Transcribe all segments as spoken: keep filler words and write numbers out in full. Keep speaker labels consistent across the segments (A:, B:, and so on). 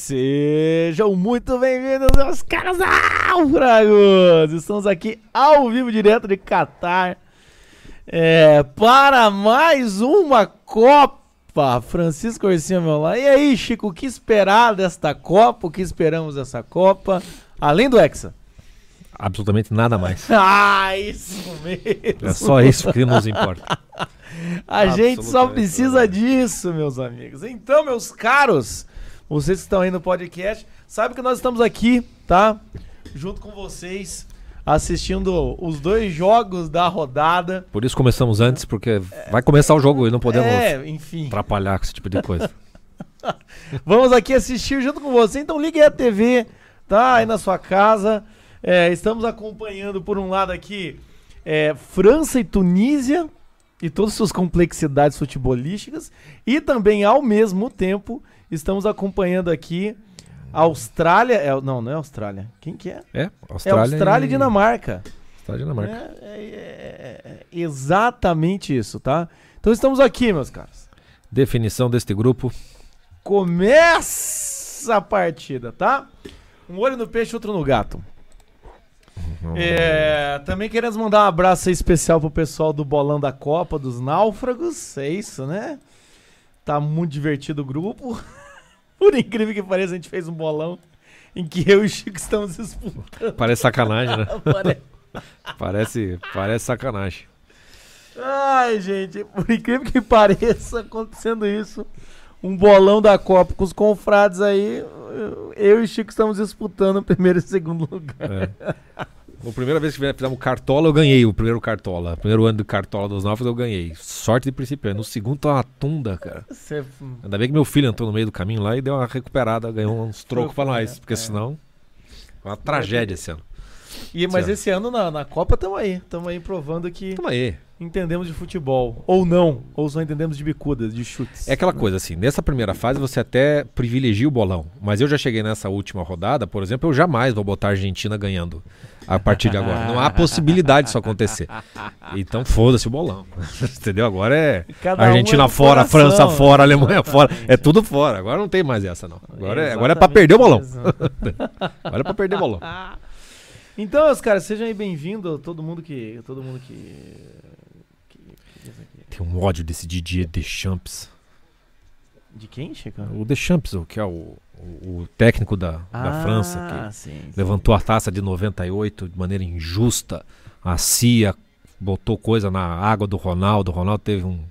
A: Sejam muito bem-vindos, meus caros náufragos! Estamos aqui ao vivo, direto de Catar, é, para mais uma Copa. Francisco Orsinho, meu lado. E aí, Chico, o que esperar desta Copa? O que esperamos dessa Copa? Além do Hexa.
B: Absolutamente nada mais.
A: Ah, isso mesmo!
B: É só isso que nos importa.
A: A gente só precisa disso, meus amigos. Então, meus caros, vocês que estão aí no podcast, sabem que nós estamos aqui, tá? Junto com vocês, assistindo os dois jogos da rodada.
B: Por isso começamos antes, porque vai começar o jogo e não podemos
A: é, enfim.
B: atrapalhar com esse tipo de coisa.
A: Vamos aqui assistir junto com você. Então ligue a T V, tá? Aí na sua casa. É, estamos acompanhando, por um lado aqui, é, França e Tunísia e todas as suas complexidades futebolísticas. E também, ao mesmo tempo, estamos acompanhando aqui Austrália... É, não, não é Austrália. Quem que é?
B: É, Austrália,
A: é Austrália e,
B: e
A: Dinamarca.
B: Austrália e Dinamarca.
A: É, é, é, é exatamente isso, tá? Então estamos aqui, meus caros.
B: Definição deste grupo.
A: Começa a partida, tá? Um olho no peixe, outro no gato. É, também queremos mandar um abraço especial pro pessoal do Bolão da Copa, dos Náufragos. É isso, né? Tá muito divertido o grupo. Por incrível que pareça, a gente fez um bolão em que eu e o Chico estamos disputando.
B: Parece sacanagem, né?
A: Parece.
B: parece, parece sacanagem.
A: Ai, gente, por incrível que pareça, acontecendo isso, um bolão da Copa com os confrades aí, eu e o Chico estamos disputando o primeiro e o segundo lugar.
B: É. A primeira vez que fizemos Cartola, eu ganhei o primeiro Cartola. Primeiro ano do Cartola dos Náufragos, eu ganhei. Sorte de principiante. No segundo, tá uma tunda, cara.
A: Cê...
B: Ainda bem que meu filho entrou no meio do caminho lá e deu uma recuperada, ganhou uns trocos pra nós.
A: É,
B: porque
A: é.
B: senão, é uma tragédia esse ano.
A: E, mas
B: esse
A: esse ano na, na Copa estamos aí. Estamos aí provando que
B: Tamo aí.
A: entendemos de futebol. Ou não. Ou só entendemos de bicudas, de chutes.
B: É aquela coisa assim, nessa primeira fase você até privilegia o bolão. Mas eu já cheguei nessa última rodada, por exemplo, eu jamais vou botar a Argentina ganhando a partir de agora. Não há possibilidade disso acontecer. Então foda-se o bolão. Entendeu? Agora é
A: Cada
B: Argentina
A: um é
B: fora,
A: coração,
B: França fora, Alemanha fora.
A: exatamente.
B: É tudo fora. Agora não tem mais essa não. Agora, é, agora é pra
A: Exatamente
B: perder o bolão.
A: isso.
B: Agora é pra perder o bolão.
A: Então, meus caras, sejam aí bem-vindos, todo mundo que... Todo mundo que... que, que diz aqui.
B: Tem um ódio desse Didier Deschamps.
A: De quem, Chico?
B: O Deschamps, o que é o, o, o técnico da, da França, que
A: sim, sim.
B: levantou a taça de noventa e oito de maneira injusta. A C I A botou coisa na água do Ronaldo. O Ronaldo teve um,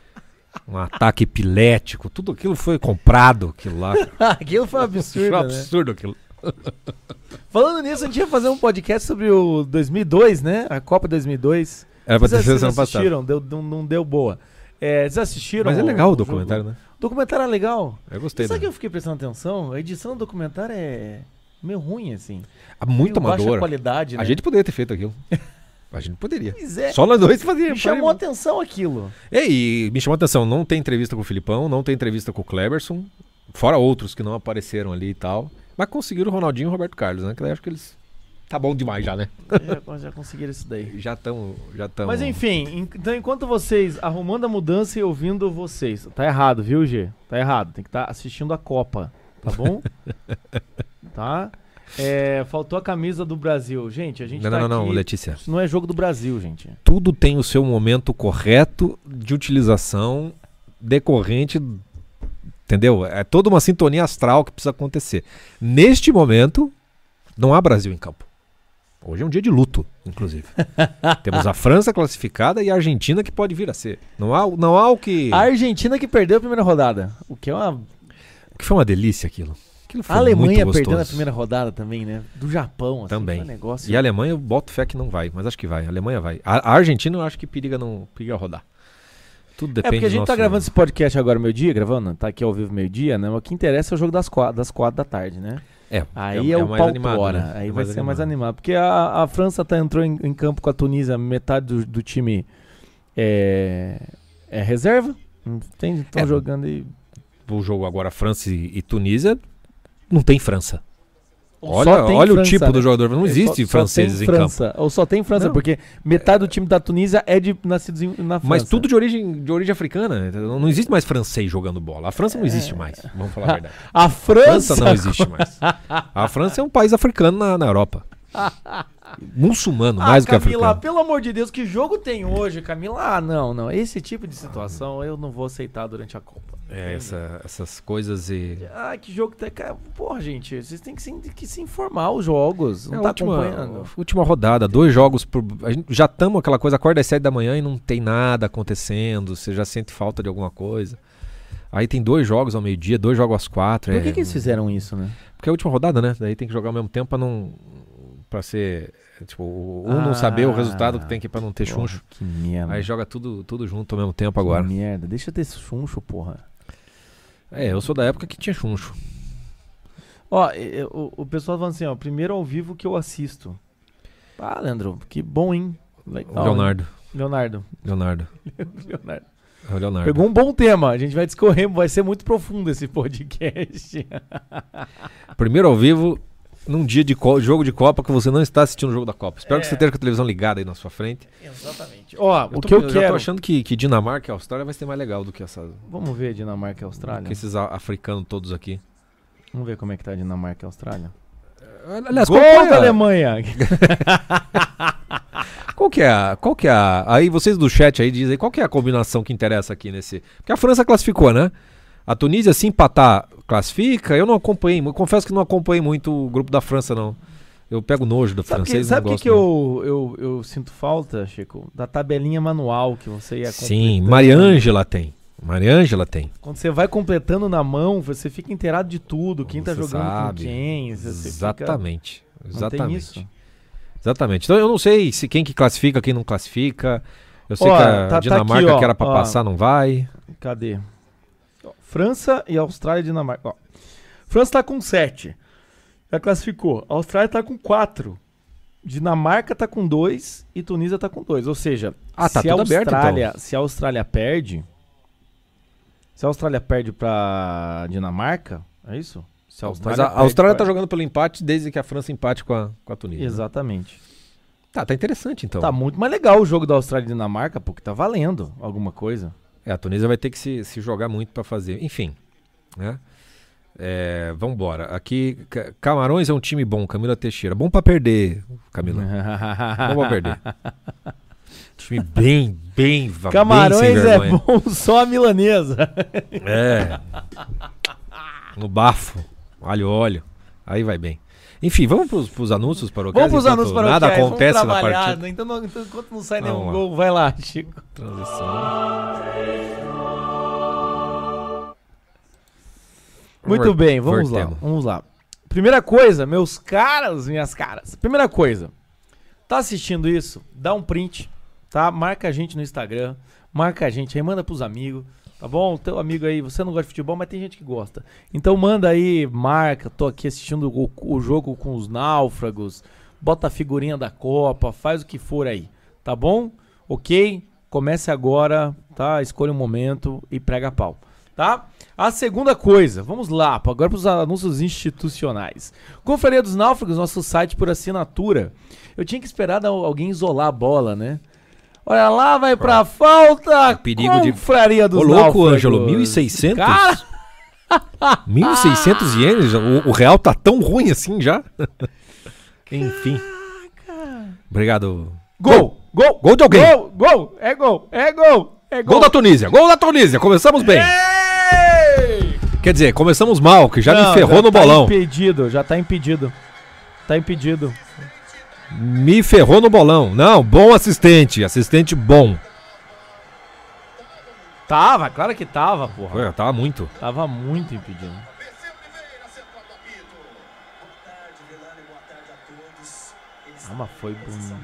B: um ataque epilético. Tudo aquilo foi comprado, aquilo lá.
A: Aquilo foi um absurdo,
B: Foi um
A: né?
B: absurdo aquilo.
A: Falando nisso, a gente ia fazer um podcast sobre o dois mil e dois, né? A Copa dois mil e dois.
B: Era pra ter
A: Vocês
B: sido ano passado.
A: assistiram? Deu, não, não deu boa. É, vocês assistiram?
B: Mas é legal o documentário, né?
A: O documentário é legal.
B: Eu gostei.
A: Sabe
B: Né?
A: que eu fiquei prestando atenção? A edição do documentário é meio ruim, assim.
B: Ah, muito
A: meio baixa
B: amadora.
A: qualidade, né?
B: A gente poderia ter feito aquilo. A gente poderia.
A: Pois é.
B: Só nós dois fazíamos.
A: Me chamou a atenção aquilo.
B: E me chamou a atenção, não tem entrevista com o Filipão, não tem entrevista com o Kleberson, fora outros que não apareceram ali e tal. Mas conseguiram o Ronaldinho e o Roberto Carlos, né? Que eu acho que eles... Tá bom demais já, né?
A: Já, já conseguiram isso daí.
B: Já estão... Já tão...
A: Mas enfim, en- então enquanto vocês arrumando a mudança e ouvindo vocês, tá errado, viu, G? Tá errado, tem que estar assistindo a Copa, tá bom? Tá? É, faltou a camisa do Brasil. Gente, a gente
B: Não,
A: tá
B: não, não,
A: aqui...
B: não, Letícia.
A: Isso não é jogo do Brasil, gente.
B: Tudo tem o seu momento correto de utilização decorrente, entendeu? É toda uma sintonia astral que precisa acontecer. Neste momento, não há Brasil em campo. Hoje é um dia de luto, inclusive. Temos a França classificada e a Argentina que pode vir a ser. Não há, não há o que...
A: A Argentina que perdeu a primeira rodada. O que é uma...
B: que foi uma delícia aquilo. Aquilo foi
A: A Alemanha
B: muito
A: perdeu na
B: gostoso.
A: primeira rodada também, né? Do Japão, assim.
B: Também.
A: Foi um negócio...
B: E a Alemanha, eu boto fé que não vai, mas acho que vai. A Alemanha vai. A, a Argentina eu acho que periga não periga rodar. Tudo
A: É
B: depende
A: porque a gente
B: do
A: tá
B: nosso...
A: gravando esse podcast agora meio-dia, gravando, tá aqui ao vivo meio-dia, né? Mas o que interessa é o jogo das quatro, das quatro da tarde, né?
B: É,
A: Aí é, o
B: mais
A: pau
B: animado,
A: tora.
B: né?
A: Aí
B: É
A: vai
B: mais
A: ser mais
B: animado.
A: animado. Porque a, a França tá, entrou em, em campo com a Tunísia, metade do, do time é, é reserva. Entende? Estão
B: É.
A: jogando e...
B: O jogo agora França e, e Tunísia não tem França.
A: Ou
B: Olha,
A: só tem
B: olha o
A: França,
B: tipo
A: né?
B: do jogador. Não
A: É,
B: existe
A: só- só
B: franceses
A: tem
B: em
A: França.
B: campo.
A: Ou só tem França,
B: Não.
A: porque metade do time da Tunísia é de nascidos em- na França.
B: Mas tudo de origem, de origem africana. Não não existe mais francês jogando bola. A França não existe mais, vamos falar a verdade.
A: A
B: A
A: França,
B: França não existe mais. A França é um país africano na, na Europa. Muçulmano, mais
A: Ah,
B: do que
A: Camila,
B: africano.
A: pelo amor de Deus, que jogo tem hoje, Camila? Ah, não, não. Esse tipo de situação eu não vou aceitar durante a Copa.
B: É, essa- essas coisas e...
A: Ah, que jogo tem. cara, Porra, gente, vocês têm que se, que se informar os jogos. Não
B: É a
A: tá
B: última,
A: acompanhando.
B: última rodada, dois jogos por. A gente já estamos aquela coisa, acorda às sete da manhã e não tem nada acontecendo, você já sente falta de alguma coisa. Aí tem dois jogos ao meio-dia, dois jogos às quatro.
A: Por
B: é,
A: que, que eles fizeram isso, né?
B: Porque é a última rodada, né? Daí tem que jogar ao mesmo tempo pra não. Pra ser. Tipo, um não saber o resultado que tem que pra não ter
A: Porra,
B: chuncho.
A: que merda.
B: Aí joga tudo, tudo junto ao mesmo tempo
A: Que
B: agora.
A: merda. Deixa eu ter chuncho, porra.
B: É, eu sou da época que tinha chuncho.
A: Ó, e- e- o, o pessoal falando assim, ó, primeiro ao vivo que eu assisto. Ah, Leandro, que bom, hein? Legal,
B: O Leonardo.
A: hein? Leonardo.
B: Leonardo.
A: Leonardo.
B: É o Leonardo.
A: Pegou um bom tema. A gente vai discorrer, vai ser muito profundo esse podcast.
B: Primeiro ao vivo, num dia de co- jogo de Copa que você não está assistindo o jogo da Copa. Espero
A: É.
B: que você esteja com a televisão ligada aí na sua frente.
A: Exatamente. Ó,
B: Eu
A: o
B: tô-
A: que eu,
B: já
A: quero...
B: tô achando que, que Dinamarca e Austrália vai ser mais legal do que essa,
A: Vamos ver Dinamarca e Austrália.
B: que esses a- africanos todos aqui.
A: Vamos ver como é que tá a Dinamarca e Austrália.
B: Aliás,
A: Gol
B: qual, qual
A: da
B: é a,
A: Alemanha.
B: qual que é a, qual que é a, aí vocês do chat aí dizem, qual que é a combinação que interessa aqui nesse, porque a França classificou, né? A Tunísia se empatar classifica, eu não acompanhei, eu confesso que não acompanhei muito o grupo da França não. Eu pego nojo do
A: Sabe que,
B: francês,
A: sabe
B: não
A: o que,
B: gosto.
A: que eu, eu, eu sinto falta, Chico? Da tabelinha manual que você ia
B: Sim,
A: completando.
B: Mariângela tem. Mariângela tem.
A: Quando você vai completando na mão, você fica inteirado de tudo. Quem tá
B: Você
A: jogando
B: sabe.
A: com quem. Você fica-
B: Exatamente.
A: Não
B: Exatamente.
A: tem isso?
B: Exatamente. Então eu não sei se quem que classifica, quem não classifica. Eu sei
A: Ó,
B: que a
A: tá- tá
B: Dinamarca
A: aqui, ó,
B: que era pra
A: ó.
B: passar não vai.
A: Cadê? Ó, França e Austrália e Dinamarca. Ó. França tá com sete. Já classificou. A Austrália tá com quatro. Dinamarca tá com dois e Tunísia tá com dois. Ou seja,
B: Ah, tá
A: se, a
B: tudo aberto,
A: Austrália, se a Austrália perde. Se a Austrália perde pra Dinamarca, é isso? Se a
B: Mas
A: Austrália
B: a, a
A: perde
B: Austrália
A: pra-
B: tá jogando pelo empate desde que a França empate com a, com a Tunísia. né?
A: Exatamente.
B: Tá, tá interessante então.
A: Tá muito mais legal o jogo da Austrália e Dinamarca, porque tá valendo alguma coisa.
B: É, a Tunísia vai ter que se, se jogar muito pra fazer. Enfim, né? É, vambora. Aqui, Ca- Camarões é um time bom, Camila Teixeira. Bom pra perder, Camila. Bom pra perder. Time bem, bem, va-
A: Camarões
B: bem sem
A: é
B: vergonha.
A: bom só a milanesa.
B: É. No bafo. Alho, óleo. Aí vai bem. Enfim, vamos pros, pros anúncios paroquiais.
A: Vamos pros anúncios
B: enquanto
A: paroquiais.
B: Nada acontece
A: vamos
B: na
A: trabalhar,
B: partida.
A: Então, não- então, enquanto não sai
B: Vamos
A: nenhum
B: lá.
A: gol, vai lá, Chico.
B: Transição.
A: Muito bem, vamos lá,
B: Vertemos.
A: vamos lá. Primeira coisa, meus caras, minhas caras. Primeira coisa, tá assistindo isso? Dá um print, tá? Marca a gente no Instagram, marca a gente aí, manda pros amigos, tá bom? Teu amigo aí, você não gosta de futebol, mas tem gente que gosta. Então manda aí, marca, tô aqui assistindo o, o jogo com os náufragos, bota a figurinha da Copa, faz o que for aí, tá bom? Ok? Comece agora, tá? Escolha um momento e prega pau, tá? A segunda coisa, vamos lá, agora para os anúncios institucionais. Confraria dos Náufragos, nosso site por assinatura. Eu tinha que esperar dar alguém isolar a bola, né? Olha lá, vai pra falta.
B: perigo de-
A: Confraria dos
B: Ô,
A: Náufragos.
B: louco, Ângelo, mil e seiscentos?
A: Cara,
B: mil e seiscentos ienes? O, o real tá tão ruim assim já? Enfim. Obrigado.
A: gol, gol,
B: Gol de alguém.
A: Gol, gol, é gol, é gol, é gol.
B: Gol da Tunísia. Gol da Tunísia. Começamos bem.
A: Ei!
B: Quer dizer, começamos mal, que já
A: Não,
B: me ferrou no
A: tá
B: bolão.
A: impedido, já tá impedido. Tá impedido.
B: Me ferrou no bolão. Não, bom assistente. Assistente bom.
A: Tava, claro que tava, porra.
B: Ué, tava muito.
A: Tava muito impedido. Ah, mas foi bonito.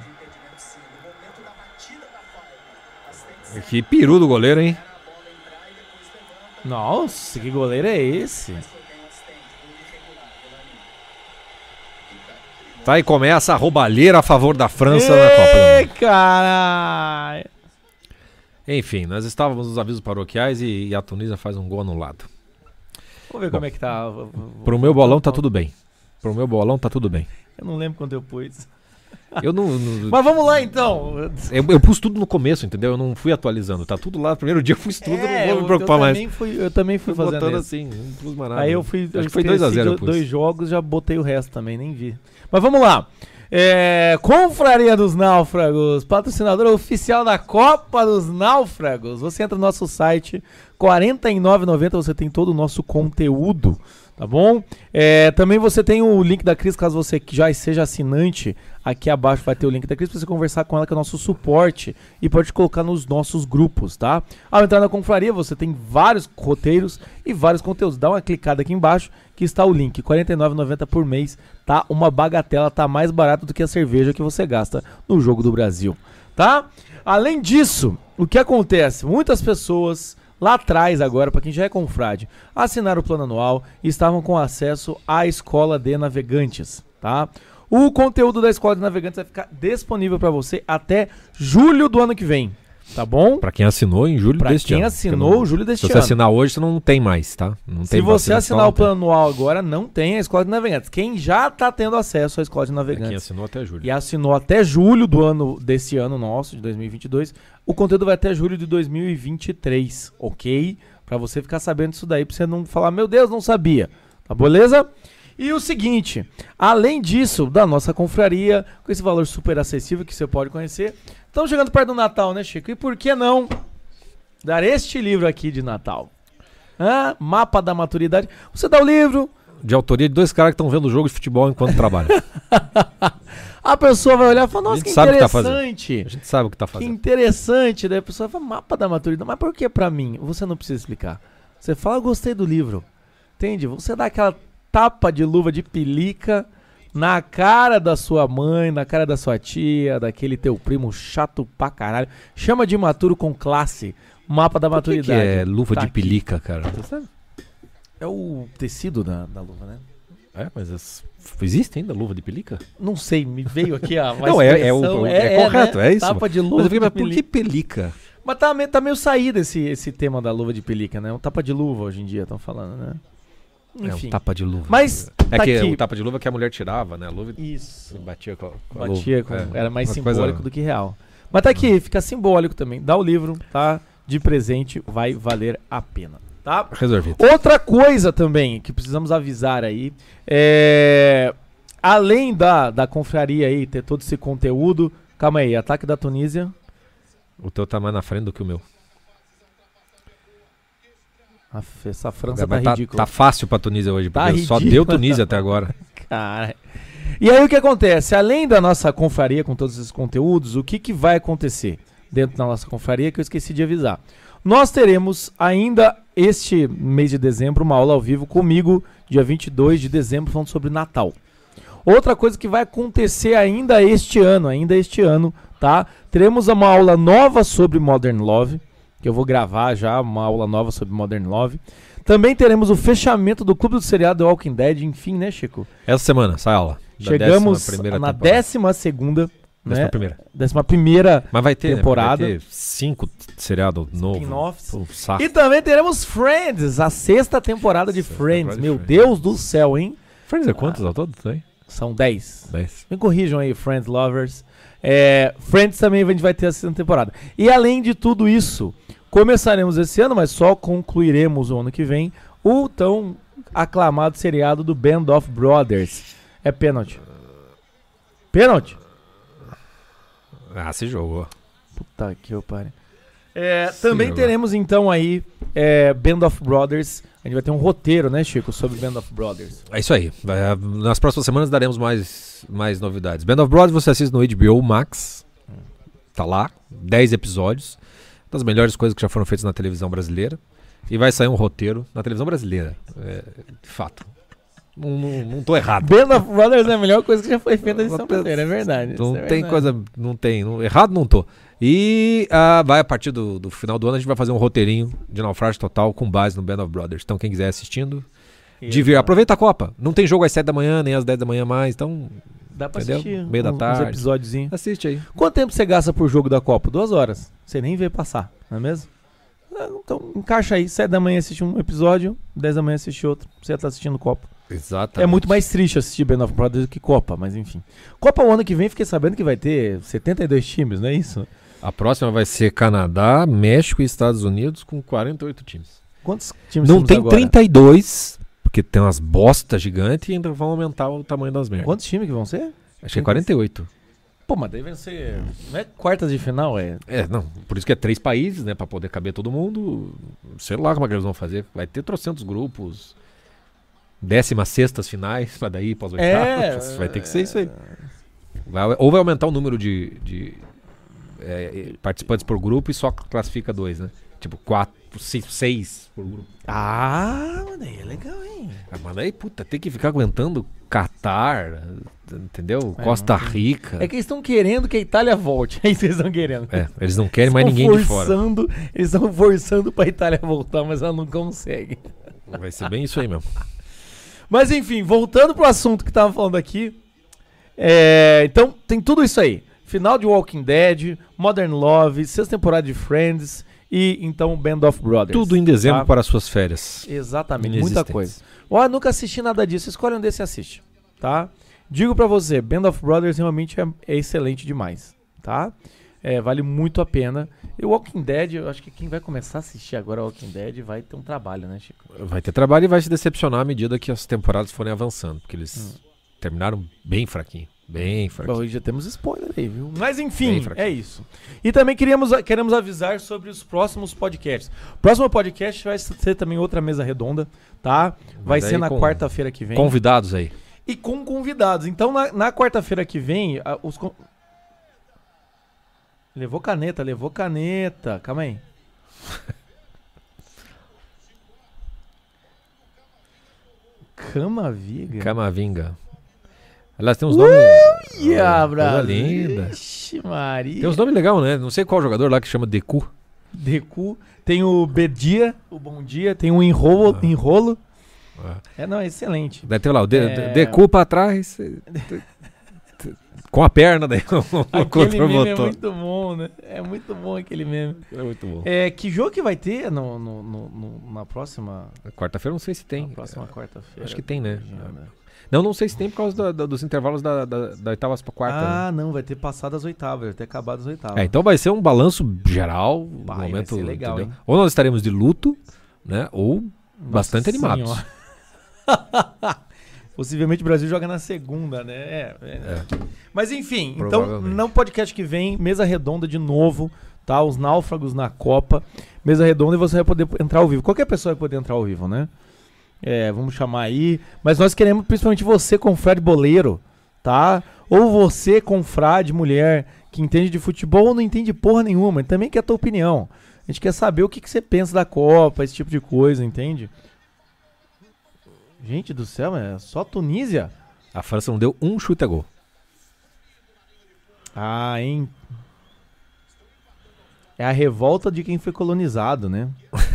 B: Que peru do goleiro, hein?
A: Nossa, que goleiro é esse?
B: Tá, e começa a roubalheira a favor da França na Copa do
A: Ei,
B: Mundo.
A: caralho.
B: Enfim, nós estávamos nos avisos paroquiais e, e a Tunísia faz um gol anulado.
A: Vamos ver
B: Bom,
A: como é que tá.
B: Pro meu bolão tá tudo bem. Pro meu bolão tá tudo bem.
A: Eu não lembro quando eu pus.
B: Eu não, não-
A: Mas vamos lá então.
B: eu, eu pus tudo no começo, entendeu? Eu não fui atualizando. Tá tudo lá. No primeiro dia eu pus tudo,
A: É,
B: não vou me
A: eu-
B: preocupar
A: eu
B: mais.
A: Também fui, eu também fui
B: Fui
A: fazendo
B: botando
A: isso.
B: assim, não pus mais nada.
A: Aí eu fui.
B: Acho
A: eu
B: que foi dois a zero eu
A: esqueci
B: pus.
A: dois jogos, já botei o resto também, nem vi. Mas vamos lá. É, Confraria dos Náufragos, patrocinador oficial da Copa dos Náufragos. Você entra no nosso site, quarenta e nove reais e noventa centavos, você tem todo o nosso conteúdo, tá bom? É, também você tem o link da Cris, caso você já seja assinante. Aqui abaixo vai ter o link da Cris pra você conversar com ela, que é o nosso suporte, e pode colocar nos nossos grupos, tá? Ao entrar na Confraria, você tem vários roteiros e vários conteúdos. Dá uma clicada aqui embaixo, que está o link, quarenta e nove reais e noventa centavos por mês, tá? Uma bagatela, tá mais barato do que a cerveja que você gasta no Jogo do Brasil, tá? Além disso, o que acontece? Muitas pessoas lá atrás agora, para quem já é confrade, assinaram o plano anual e estavam com acesso à Escola de Navegantes, tá? O conteúdo da Escola de Navegantes vai ficar disponível para você até julho do ano que vem, tá bom?
B: Pra quem assinou em julho
A: Pra
B: deste
A: quem
B: ano.
A: assinou
B: Porque não-
A: julho deste
B: Se você
A: ano.
B: assinar hoje, você não tem mais, tá? Não
A: Se
B: tem
A: você
B: vacinação,
A: assinar o
B: não tem.
A: plano anual agora, não tem a Escola de Navegantes. Quem já tá tendo acesso à Escola de
B: Quem
A: Navegantes
B: assinou até julho.
A: e assinou até julho do ano desse ano nosso, de dois mil e vinte e dois, o conteúdo vai até julho de dois mil e vinte e três, ok? Pra você ficar sabendo disso daí, pra você não falar, meu Deus, não sabia, tá beleza? E o seguinte, além disso, da nossa confraria, com esse valor super acessível que você pode conhecer, estamos chegando perto do Natal, né, Chico? E por que não dar este livro aqui de Natal? Hã? Mapa da Maturidade. Você dá o livro,
B: De autoria de dois caras que estão vendo o jogo de futebol enquanto trabalham.
A: a pessoa vai olhar e falar,
B: A
A: nossa,
B: gente
A: que
B: sabe o que tá fazendo.
A: interessante.
B: A gente sabe o que tá
A: Que
B: fazendo.
A: interessante. Daí a pessoa fala, mapa da maturidade. Mas por que pra mim? Você não precisa explicar. Você fala, gostei do livro. Entende? Você dá aquela tapa de luva de pelica na cara da sua mãe, na cara da sua tia, daquele teu primo chato pra caralho. Chama de imaturo com classe. Mapa da
B: Por que que
A: maturidade.
B: é luva
A: Tá
B: de
A: aqui.
B: pelica, cara? Você sabe?
A: É o tecido da, da luva, né?
B: É, mas as- existe ainda luva de pelica?
A: Não sei, me veio aqui a
B: Não, é- é o-
A: expressão.
B: é correto, é isso,
A: Tapa de luva
B: Mas eu fiquei,
A: de
B: mas por
A: pelica.
B: que pelica?
A: Mas tá, meio- tá meio saído esse, esse tema da luva de pelica, né? Um tapa de luva hoje em dia, estão falando, né?
B: É um tapa de luva.
A: Mas
B: É
A: tá
B: que
A: aqui.
B: o tapa de luva que a mulher tirava, né? A luva
A: Isso.
B: batia com a, com a
A: Batia
B: luva.
A: com,
B: É,
A: era mais
B: uma
A: simbólico
B: coisa-
A: do que real. Mas tá aqui, fica simbólico também. Dá o livro, tá? De presente, vai valer a pena, tá?
B: Resolvido.
A: Outra coisa também que precisamos avisar aí é... Além da, da confraria aí, ter todo esse conteúdo... Calma aí, ataque da Tunísia.
B: O teu tá mais na frente do que o meu.
A: Aff, essa França
B: É,
A: tá
B: mas tá,
A: ridícula.
B: tá fácil pra Tunísia hoje,
A: Tá
B: porque só
A: ridículo.
B: deu Tunísia até agora.
A: Cara. E aí o que acontece? Além da nossa confraria com todos esses conteúdos, o que, que vai acontecer dentro da nossa confraria que eu esqueci de avisar? Nós teremos ainda este mês de dezembro uma aula ao vivo comigo, dia vinte e dois de dezembro, falando sobre Natal. Outra coisa que vai acontecer ainda este ano, ainda este ano, tá? Teremos uma aula nova sobre Modern Love, que eu vou gravar já, uma aula nova sobre Modern Love. Também teremos o fechamento do Clube do Seriado The Walking Dead, enfim, né, Chico?
B: Essa semana, sai aula. Da
A: Chegamos
B: décima primeira
A: na
B: temporada.
A: décima segunda,
B: Décima
A: né?
B: primeira.
A: Décima primeira
B: Mas vai ter,
A: temporada.
B: Né? Vai ter cinco seriado novo.
A: spin-offs.
B: Pô, saco.
A: E também teremos Friends, a sexta temporada de
B: Sexta
A: Friends.
B: temporada de
A: Meu
B: Friends.
A: Deus do céu, hein?
B: Friends é quantos ao todo? Tem?
A: São dez.
B: Dez.
A: Me corrijam aí, Friends Lovers. É, Friends também a gente vai ter a segunda temporada. E além de tudo isso, começaremos esse ano, mas só concluiremos o ano que vem, o tão aclamado seriado do Band of Brothers. É pênalti. Pênalti?
B: Ah, se jogou.
A: Puta que eu pare. É, também
B: Sim,
A: teremos então aí é, Band of Brothers. A gente vai ter um roteiro, né, Chico, sobre Band of Brothers.
B: É isso aí. Vai- Nas próximas semanas daremos mais, mais novidades. Band of Brothers você assiste no H B O Max. Tá lá. dez episódios. Das melhores coisas que já foram feitas na televisão brasileira. E vai sair um roteiro na televisão brasileira. É, de fato. Não, não, não tô errado.
A: Band of Brothers é a melhor coisa que já foi feita na edição brasileira, é verdade.
B: Não
A: isso é
B: tem
A: verdade.
B: coisa. Não tem. não- errado não tô. E ah, vai a partir do, do final do ano a gente vai fazer um roteirinho de Naufrágio Total com base no Band of Brothers. Então quem quiser assistindo, de vir, aproveita a Copa. Não tem jogo às sete da manhã, nem às dez da manhã mais. Então
A: Dá pra
B: entendeu?
A: assistir
B: Meio da
A: uns,
B: tarde.
A: uns episódiozinhos.
B: assiste aí.
A: Quanto tempo você gasta por jogo da Copa? Duas horas. Você nem vê passar, não é mesmo? Ah, então encaixa aí. Sete da manhã assiste um episódio, dez da manhã assiste outro. Você tá assistindo Copa.
B: Exatamente.
A: É muito mais triste assistir Band of Brothers do que Copa, mas enfim. Copa o ano que vem, fiquei sabendo que vai ter setenta e dois times, não é isso?
B: A próxima vai ser Canadá, México e Estados Unidos com quarenta e oito times.
A: Quantos times
B: Não
A: temos
B: tem
A: agora?
B: trinta e dois, porque tem umas bostas gigantes e ainda vão aumentar o tamanho das merdas.
A: Quantos times que vão ser?
B: Acho que é quarenta e oito.
A: Pô, mas daí vai ser... Não é quartas de final, é...
B: É, não, por isso que é três países, né, pra poder caber todo mundo. Sei lá como é que eles vão fazer. Vai ter trocentos grupos, décimas sextas finais, pra daí pós oitavas.
A: É,
B: vai ter que ser isso aí. Vai- ou vai aumentar o número de, de é, participantes por grupo e só classifica dois, né? Tipo, quatro, seis, seis por grupo.
A: Ah, mas daí é legal, hein?
B: Ah, mas aí, puta, tem que ficar aguentando Catar, entendeu?
A: É,
B: Costa
A: não tem-
B: Rica.
A: É que eles estão querendo que a Itália volte. É isso que eles estão querendo.
B: É, eles não querem mais
A: Eles
B: ninguém
A: tão
B: de fora.
A: forçando- Eles estão forçando pra Itália voltar, mas ela não consegue.
B: Vai ser bem isso aí mesmo.
A: Mas enfim, voltando pro assunto que tava falando aqui. é, então, tem tudo isso aí. Final de Walking Dead, Modern Love, sexta temporada de Friends e então Band of Brothers.
B: Tudo em dezembro
A: tá?
B: para suas férias.
A: Exatamente, muita
B: Inexistentes.
A: coisa. Ó, nunca assisti nada disso. Escolhe um desse e assiste, tá? Digo pra você, Band of Brothers realmente é, é excelente demais, tá? É, vale muito a pena. E Walking Dead, eu acho que quem vai começar a assistir agora Walking Dead vai ter um trabalho, né, Chico?
B: Vai ter trabalho e vai se decepcionar à medida que as temporadas forem avançando, porque eles
A: Hum.
B: terminaram bem fraquinho. Bem fraquinho.
A: Bom, já temos spoiler aí, viu? Mas
B: Bem
A: enfim,
B: fraquinho.
A: é isso. E também queríamos, queremos avisar sobre os próximos podcasts. O próximo podcast vai ser também outra mesa redonda, tá? Vai
B: Mas
A: ser
B: aí
A: na
B: com
A: quarta-feira que vem.
B: Convidados aí.
A: E com convidados. Então, na, na quarta-feira que vem, a- os. con- Levou caneta, levou caneta. Calma aí. Camaviga?
B: Camavinga. Aliás, tem uns nomes.
A: Ia,
B: Ah, coisa
A: Brasil.
B: linda.
A: Ixi, Maria.
B: Tem uns nomes legais, né? Não sei qual jogador lá que chama Deku.
A: Decu. Tem o Bedia, o Bom Dia. Tem o Enrolo.
B: Ah.
A: Enrolo.
B: Ah.
A: É, não, é excelente.
B: Daí tem lá o de,
A: É.
B: de- Deku pra trás. Com a perna, daí o
A: Aquele
B: outro
A: meme é
B: botou.
A: muito bom, né? É muito bom aquele meme.
B: É muito bom.
A: É, que jogo que vai ter no, no- no- no- na próxima...
B: Quarta-feira não sei se tem.
A: Na próxima quarta-feira.
B: Acho que tem, né?
A: Agenda.
B: Não, não sei se tem por causa da- da- dos intervalos da, da, da oitavas pra quarta. né?
A: Ah, não, vai ter passado as oitavas, vai ter acabado as oitavas.
B: É, então vai ser um balanço geral. no
A: Vai, vai
B: momento,
A: ser legal,
B: entendeu?
A: hein?
B: Ou nós estaremos de luto, né? Ou
A: Nossa
B: bastante animados.
A: Senhora. Possivelmente o Brasil joga na segunda, né? É, é.
B: É.
A: Mas enfim, então
B: Provavelmente.
A: no podcast que vem, mesa redonda de novo, tá? Os náufragos na Copa, mesa redonda e você vai poder entrar ao vivo. Qualquer pessoa vai poder entrar ao vivo, né? É, vamos chamar aí. Mas nós queremos principalmente você, confrade boleiro, tá? Ou você, confrade mulher, que entende de futebol ou não entende porra nenhuma, e também quer a tua opinião. A gente quer saber o que, que você pensa da Copa, esse tipo de coisa, entende? Gente do céu, é só Tunísia?
B: A França não deu um chute a gol.
A: Ah, hein? É a revolta de quem foi colonizado, né?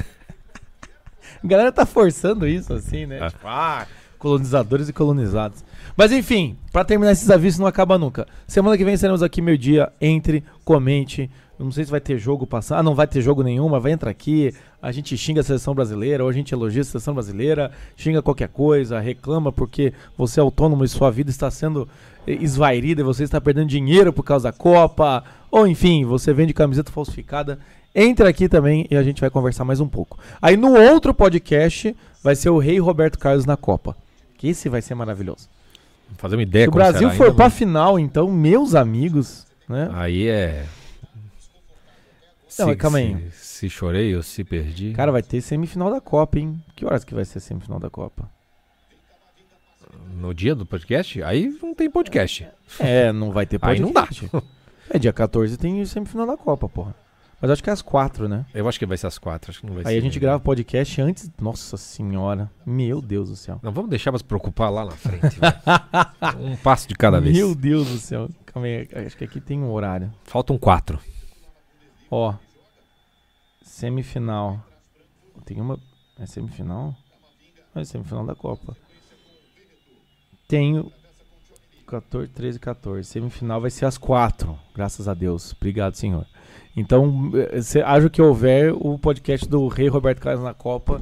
A: A galera tá forçando isso, assim, né?
B: Ah.
A: Tipo, ah, colonizadores e colonizados. Mas enfim, pra terminar esses avisos não acaba nunca. Semana que vem estaremos aqui meio-dia. Entre, comente. Eu não sei se vai ter jogo passar. Ah, não vai ter jogo nenhum, mas vai entrar aqui. A gente xinga a seleção brasileira, ou a gente elogia a seleção brasileira, xinga qualquer coisa, reclama porque você é autônomo e sua vida está sendo eh, esvairida e você está perdendo dinheiro por causa da Copa. Ou enfim, você vende camiseta falsificada. Entra aqui também e a gente vai conversar mais um pouco. Aí no outro podcast vai ser o Rei Roberto Carlos na Copa. Que esse vai ser maravilhoso.
B: Fazer uma ideia
A: Se o
B: como
A: Brasil
B: será
A: for
B: ainda,
A: pra
B: mas
A: final, então, meus amigos, né?
B: Aí é.
A: Não,
B: se,
A: mas calma aí.
B: Se, se chorei ou se perdi.
A: Cara, vai ter semifinal da Copa, hein? Que horas que vai ser a semifinal da Copa?
B: No dia do podcast? Aí não tem podcast.
A: É, não vai ter
B: Aí
A: podcast.
B: não dá.
A: É, dia quatorze tem semifinal da Copa, porra. Mas acho que é às quatro, né?
B: Eu acho que vai ser às quatro. Acho que não vai ser.
A: Aí a gente grava podcast antes... Nossa senhora. Meu Deus do céu.
B: Não, vamos deixar pra se preocupar lá na frente. vai. Um passo de cada vez.
A: Meu Deus do céu. Calma aí, acho que aqui tem um horário.
B: Faltam quatro.
A: Ó. Semifinal. Tem uma... É semifinal? Não, é semifinal da Copa. Tenho... quatorze, treze e quatorze. Semifinal vai ser às quatro. Graças a Deus. Obrigado, senhor. Então, se haja o que houver, o podcast do Rei Roberto Carlos na Copa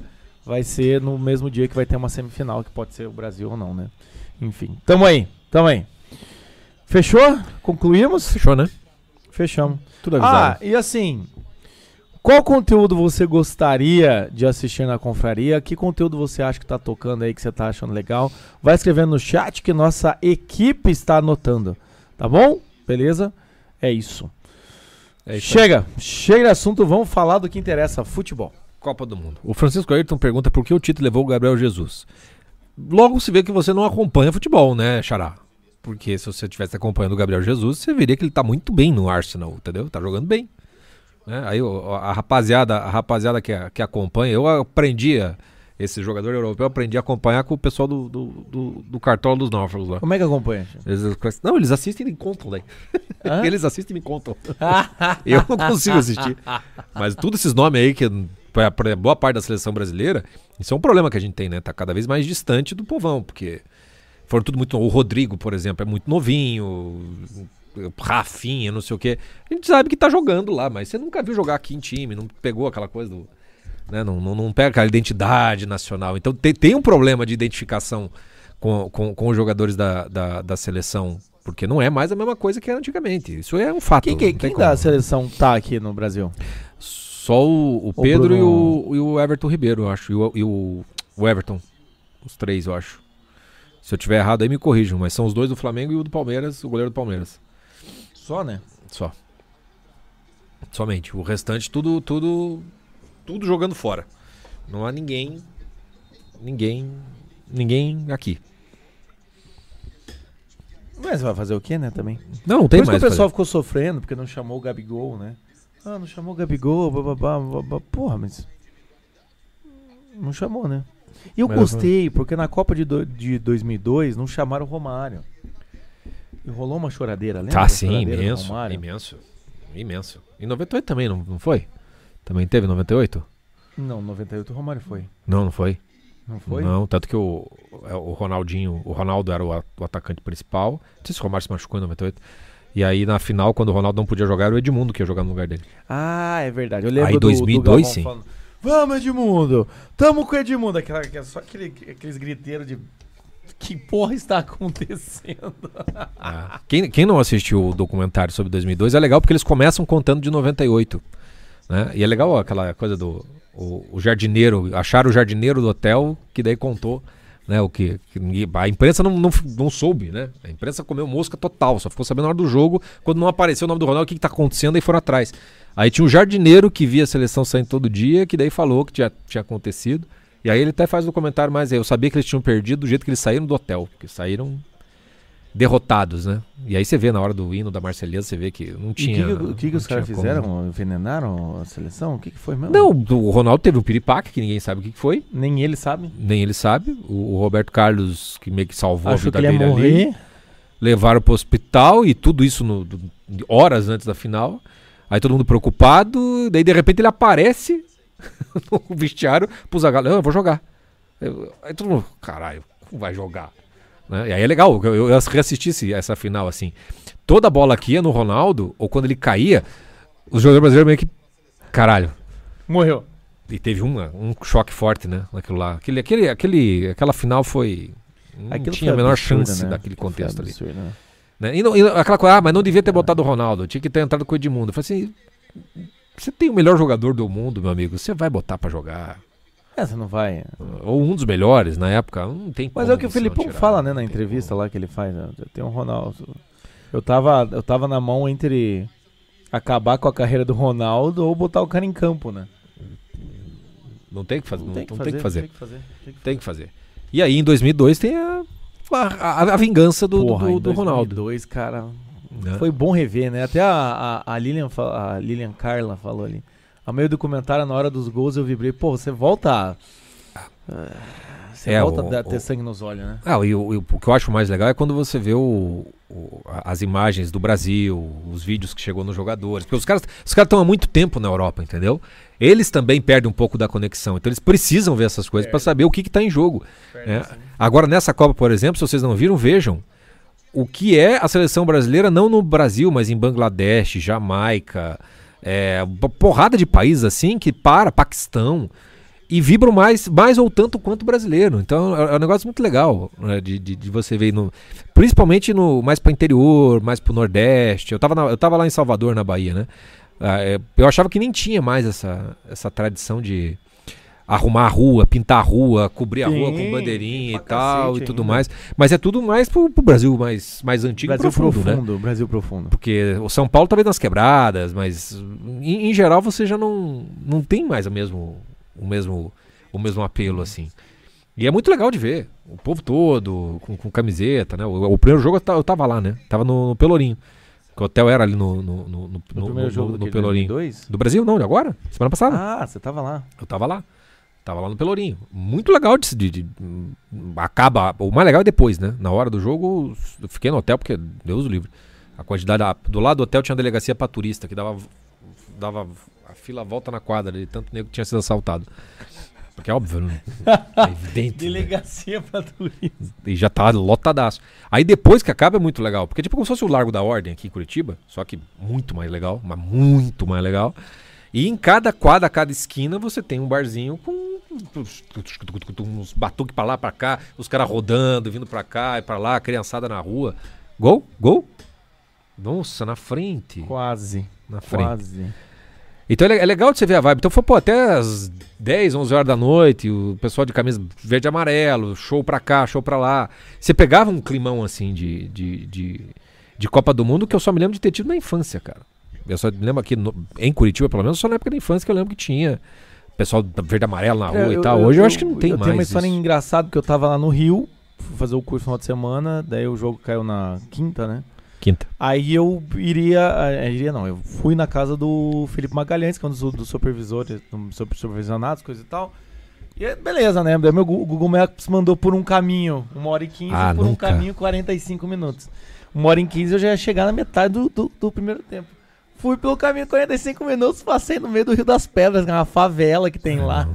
A: vai ser no mesmo dia que vai ter uma semifinal, que pode ser o Brasil ou não, né? Enfim, tamo aí, tamo aí. Fechou? Concluímos?
B: Fechou, né?
A: Fechamos.
B: Tudo avisado.
A: Ah, e assim, qual conteúdo você gostaria de assistir na confraria? Que conteúdo você acha que tá tocando aí, que você tá achando legal? Vai escrevendo no chat que nossa equipe está anotando, tá bom? Beleza? É isso.
B: É isso
A: Chega, chega de assunto, vamos falar do que interessa, futebol.
B: Copa do Mundo. O Francisco Ayrton pergunta por que o Tite levou o Gabriel Jesus. Logo se vê que você não acompanha futebol, né, Xará? Porque se você estivesse acompanhando o Gabriel Jesus, você veria que ele tá muito bem no Arsenal, entendeu? Tá jogando bem. Né? Aí a rapaziada, a rapaziada que, que acompanha, eu aprendi, a, esse jogador europeu, eu aprendi a acompanhar com o pessoal do, do, do, do Cartola dos Náufragos lá.
A: Como é que acompanha?
B: Eles, não, eles assistem e me contam, né? Eles assistem e me contam. Eu não consigo assistir. Mas todos esses nomes aí, que para boa parte da seleção brasileira, isso é um problema que a gente tem, né? Tá cada vez mais distante do povão, porque foram tudo muito... O Rodrigo, por exemplo, é muito novinho, Rafinha, não sei o quê. A gente sabe que tá jogando lá, mas você nunca viu jogar aqui em time, não pegou aquela coisa do... Né? Não, não, não pega aquela identidade nacional. Então tem, tem um problema de identificação com, com, com os jogadores da, da, da seleção, porque não é mais a mesma coisa que era antigamente. Isso é um fato.
A: Quem, quem, quem da seleção tá aqui no Brasil?
B: Só o, o Pedro e o, e o Everton Ribeiro, eu acho. E o, e o, o Everton. Os três, eu acho. Se eu tiver errado aí me corrijam, mas são os dois do Flamengo e o do Palmeiras, o goleiro do Palmeiras.
A: Só, né?
B: Só. Somente. O restante tudo, tudo, tudo jogando fora. Não há ninguém, ninguém, ninguém aqui.
A: Mas vai fazer o quê, né, também?
B: Não, não tem
A: Por isso
B: mais.
A: que o pessoal
B: fazer.
A: ficou sofrendo, porque não chamou o Gabigol, né? Ah, não chamou o Gabigol, bababá, babá. Porra, mas... Não chamou, né? E eu
B: Mas,
A: gostei, porque na Copa de, do, de dois mil e dois não chamaram o Romário. E rolou uma choradeira, lembra?
B: Tá, sim,
A: Choradeira do
B: imenso,
A: Romário?
B: imenso, imenso. Em noventa e oito também, não, não foi? Também teve noventa e oito?
A: Não, noventa e oito o Romário foi.
B: Não, não foi.
A: Não foi?
B: Não, tanto que o, o Ronaldinho, o Ronaldo era o, o atacante principal. Não sei se o Romário se machucou em noventa e oito. E aí na final, quando o Ronaldo não podia jogar, era o Edmundo que ia jogar no lugar dele.
A: Ah, é verdade. Eu lembro
B: Aí
A: do,
B: dois mil e dois,
A: do
B: sim.
A: falando, vamos, Edmundo! Tamo com o Edmundo! Aquela, aquela- só aquele, aqueles griteiros de... Que porra está acontecendo?
B: Ah, quem, quem não assistiu o documentário sobre dois mil e dois é legal porque eles começam contando de noventa e oito. Né? E é legal aquela coisa do o, o jardineiro, acharam o jardineiro do hotel que daí contou, né, o que, que ninguém- a imprensa não, não, não soube, né? A imprensa comeu mosca total, só ficou sabendo na hora do jogo, quando não apareceu o nome do Ronaldo, o que, que tá acontecendo, e foram atrás. Aí tinha um jardineiro que via a seleção saindo todo dia, que daí falou que tinha, tinha acontecido. E aí ele até faz um comentário mais aí, eu sabia que eles tinham perdido do jeito que eles saíram do hotel, porque saíram derrotados, né? E aí você vê na hora do hino da Marselhesa, você vê que não
A: E
B: tinha...
A: o que, que, que, que
B: não
A: os caras
B: tinha
A: fizeram?
B: como.
A: Envenenaram a seleção? O que, que foi mesmo?
B: Não, o Ronaldo teve um piripaque, que ninguém sabe o que que foi,
A: Nem ele sabe.
B: nem ele sabe. O, o Roberto Carlos, que meio que salvou
A: Achou
B: a
A: que
B: vida
A: ele ia
B: dele ali,
A: morrer.
B: levaram pro hospital e tudo isso no, do- horas antes da final. Aí todo mundo preocupado, daí de repente ele aparece no vestiário pro Zagallo, não, eu vou jogar. Eu- aí todo mundo, caralho, como vai jogar? Né? E aí é legal, eu, eu reassisti esse- essa final assim. Toda a bola que ia no Ronaldo, ou quando ele caía, os jogadores brasileiros meio que, caralho.
A: Morreu.
B: E teve uma, um choque forte, né, naquilo lá. Aquele, aquele, aquele, aquela final foi... Não
A: Aquilo
B: tinha a
A: foi
B: menor
A: absurdo,
B: chance
A: né?
B: daquele
A: Foi
B: contexto ali.
A: absurdo, né?
B: Né? E, não- e aquela coisa, ah, mas não devia ter botado o Ronaldo, tinha que ter entrado com o Edmundo. Eu falei assim, você tem o melhor jogador do mundo, meu amigo, você vai botar pra jogar.
A: Essa não vai.
B: Ou um dos melhores na época, não tem
A: Mas
B: como
A: é o que o
B: você não
A: Felipão
B: tirar,
A: fala, né,
B: não
A: na
B: tem
A: entrevista
B: como.
A: lá que ele faz. Né? Tem um Ronaldo. Eu tava, eu tava na mão entre acabar com a carreira do Ronaldo ou botar o cara em campo, né?
B: Não tem que fazer, não, não tem que fazer.
A: Tem que fazer. Tem que
B: Tem que fazer. E aí em dois mil e dois tem a, a, a- a vingança do,
A: Porra,
B: do,
A: em
B: do Ronaldo.
A: dois mil e dois, cara,
B: Né?
A: foi bom rever, né? Até a, a, a, Lilian, fa- a Lilian Carla falou ali. Ao meio do comentário, na hora dos gols, eu vibrei. Pô, você volta a... ah, Você
B: É,
A: volta
B: o-
A: a ter
B: o-
A: sangue nos olhos, né?
B: Ah, e o, e o que eu acho mais legal é quando você vê o, o- a- as imagens do Brasil, os vídeos que chegou nos jogadores. Porque os caras os caras estão há muito tempo na Europa, entendeu? Eles também perdem um pouco da conexão. Então eles precisam ver essas coisas para saber o que está em jogo. né? Agora, nessa Copa, por exemplo, se vocês não viram, vejam o que é a seleção brasileira, não no Brasil, mas em Bangladesh, Jamaica, é, uma porrada de países assim que para, Paquistão. e vibram mais, mais ou tanto quanto o brasileiro. Então é, é um negócio muito legal, né, de, de, de você ver, no, principalmente no, mais para interior, mais para o Nordeste. Eu tava, na, eu tava lá em Salvador, na Bahia, né? Ah, é, eu achava que nem tinha mais essa, essa tradição de arrumar a rua, pintar a rua, cobrir a
A: Sim,
B: rua com bandeirinha e
A: pra
B: tal
A: cacete
B: e tudo
A: ainda.
B: mais. Mas é tudo mais pro, pro Brasil mais, mais antigo
A: Brasil
B: e profundo,
A: profundo,
B: né?
A: Brasil profundo.
B: Porque o São Paulo talvez nas quebradas, mas em, em geral você já não, não tem mais o mesmo, o, mesmo, o mesmo apelo, assim. E é muito legal de ver. O povo todo, com, com camiseta, né? O, o primeiro jogo eu, ta- eu tava lá, né? Tava no, no Pelourinho. Que o hotel era ali no, no, no, no,
A: No primeiro jogo
B: no,
A: do
B: no
A: que,
B: Pelourinho.
A: dois mil e dois?
B: Do Brasil, não, de agora? Semana passada.
A: Ah, você tava lá.
B: Eu tava lá. Tava lá no Pelourinho. Muito legal de, de, de- acaba. O mais legal é depois, né? Na hora do jogo, eu fiquei no hotel porque Deus o livre. A quantidade. a- do lado do hotel tinha uma delegacia pra turista que dava, dava a fila volta na quadra de tanto nego que tinha sido assaltado. Porque é óbvio, né? É evidente. né?
A: Delegacia pra turista.
B: E já tá lotadaço. Aí depois que acaba é muito legal. Porque é tipo como se fosse o Largo da Ordem aqui em Curitiba. Só que muito mais legal. Mas muito mais legal. E em cada quadra, cada esquina, você tem um barzinho com uns batuques pra lá, pra cá. Os caras rodando, vindo pra cá e pra lá. Criançada na rua. Gol? Gol? Nossa, na frente.
A: Quase.
B: Na frente.
A: Quase.
B: Então é le- é legal de você ver a vibe. Então foi, pô, até as dez, onze horas da noite, o pessoal de camisa verde e amarelo, show pra cá, show pra lá. Você pegava um climão assim de, de, de, de Copa do Mundo que eu só me lembro de ter tido na infância, cara. Eu só me lembro aqui no- em Curitiba, pelo menos, só na época da infância que eu lembro que tinha pessoal da verde e amarelo na rua e tal. Hoje eu, acho que não tem
A: eu
B: mais.
A: tenho uma história
B: isso.
A: engraçada porque eu tava lá no Rio, fui fazer o curso no final de semana, daí o jogo caiu na quinta, né?
B: Quinta.
A: Aí eu iria, eh, iria não, eu fui na casa do Felipe Magalhães, que é um dos, dos supervisores, um super- supervisionados, coisa e tal. E aí, beleza, né? Daí meu Gu- Google Maps mandou por um caminho, uma hora e quinze,
B: Ah,
A: por um
B: nunca.
A: caminho, quarenta e cinco minutos. Uma hora e quinze eu já ia chegar na metade do, do, do primeiro tempo. Fui pelo caminho quarenta e cinco minutos, passei no meio do Rio das Pedras, que é uma favela que tem lá.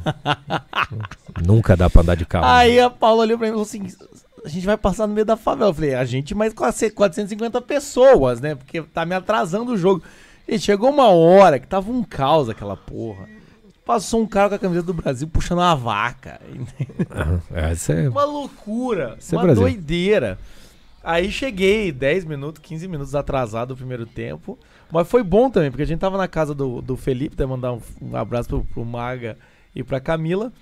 B: Nunca dá pra andar de carro.
A: Aí a Paula olhou pra mim e falou assim: a gente vai passar no meio da favela. Eu falei: a gente mais quatrocentas e cinquenta pessoas, né? Porque tá me atrasando o jogo. Gente, chegou uma hora que tava um caos aquela porra. Passou um cara com a camiseta do Brasil puxando uma vaca.
B: Aham. É, isso é-
A: Uma loucura,
B: Isso é
A: uma
B: Brasil.
A: doideira. Aí cheguei dez minutos, quinze minutos atrasado o primeiro tempo. Mas foi bom também, porque a gente tava na casa do, do Felipe, até mandar um, um abraço pro, pro Maga e pra Camila.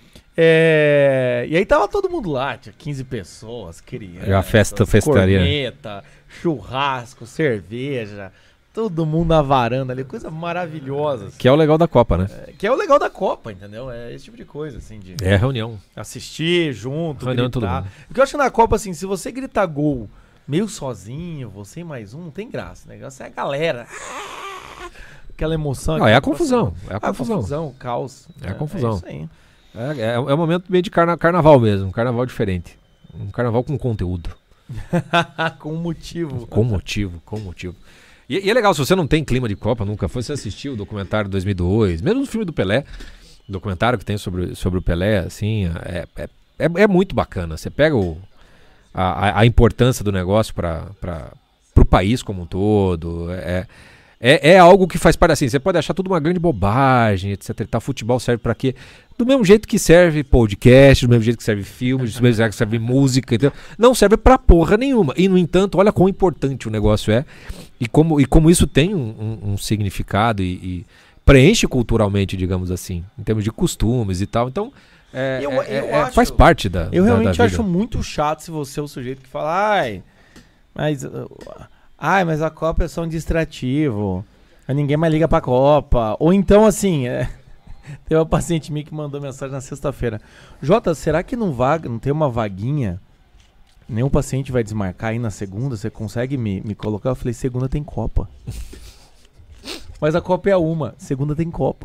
A: É, e aí tava todo mundo lá, tinha quinze pessoas, crianças,
B: É a festa, festaria.
A: corneta, churrasco, cerveja, todo mundo na varanda ali, coisa maravilhosa. assim.
B: Que é o legal da Copa, né?
A: É, que é o legal da Copa, entendeu? É esse tipo de coisa, assim, de
B: É a reunião.
A: assistir junto,
B: Reunião de todo
A: gritar.
B: mundo.
A: O que eu acho na Copa, assim, se você gritar gol meio sozinho, você e mais um, não tem graça. O negócio é a galera. Aquela emoção.
B: Não, é a
A: aquela
B: confusão.
A: situação.
B: É a
A: A
B: confusão.
A: confusão, o caos.
B: É a confusão.
A: É isso aí.
B: É, é, é um momento meio de carna- carnaval mesmo. Um carnaval diferente. Um carnaval com conteúdo.
A: Com motivo.
B: Com motivo, com motivo. E, e é legal, se você não tem clima de Copa, nunca foi, você assistiu o documentário dois mil e dois, mesmo o filme do Pelé, o documentário que tem sobre, sobre o Pelé, assim, é, é, é, é muito bacana. Você pega o, a, a- a importância do negócio para o país como um todo. É, é, é algo que faz parte assim. Você pode achar tudo uma grande bobagem, etc. E tal. Futebol serve para quê? Do mesmo jeito que serve podcast, do mesmo jeito que serve filmes, do mesmo jeito que serve música, entendeu? Não serve pra porra nenhuma. E, no entanto, olha quão importante o negócio é e como, e como isso tem um, um- um significado e, e preenche culturalmente, digamos assim, em termos de costumes e tal. Então, é,
A: Eu-
B: é-
A: eu
B: é-
A: acho-
B: faz parte da
A: Eu
B: da-
A: realmente
B: da
A: acho
B: vida.
A: muito chato se você é o sujeito que fala, ai, mas. uh, Ai, mas a Copa é só um distrativo. Aí ninguém mais liga pra Copa. Ou então, assim, é, tem uma paciente minha que mandou mensagem na sexta-feira. Jota, será que não, vaga, não tem uma vaguinha? Nenhum paciente vai desmarcar aí na segunda? Você consegue me, me colocar? Eu falei, segunda tem Copa. Mas a Copa é uma, segunda tem Copa.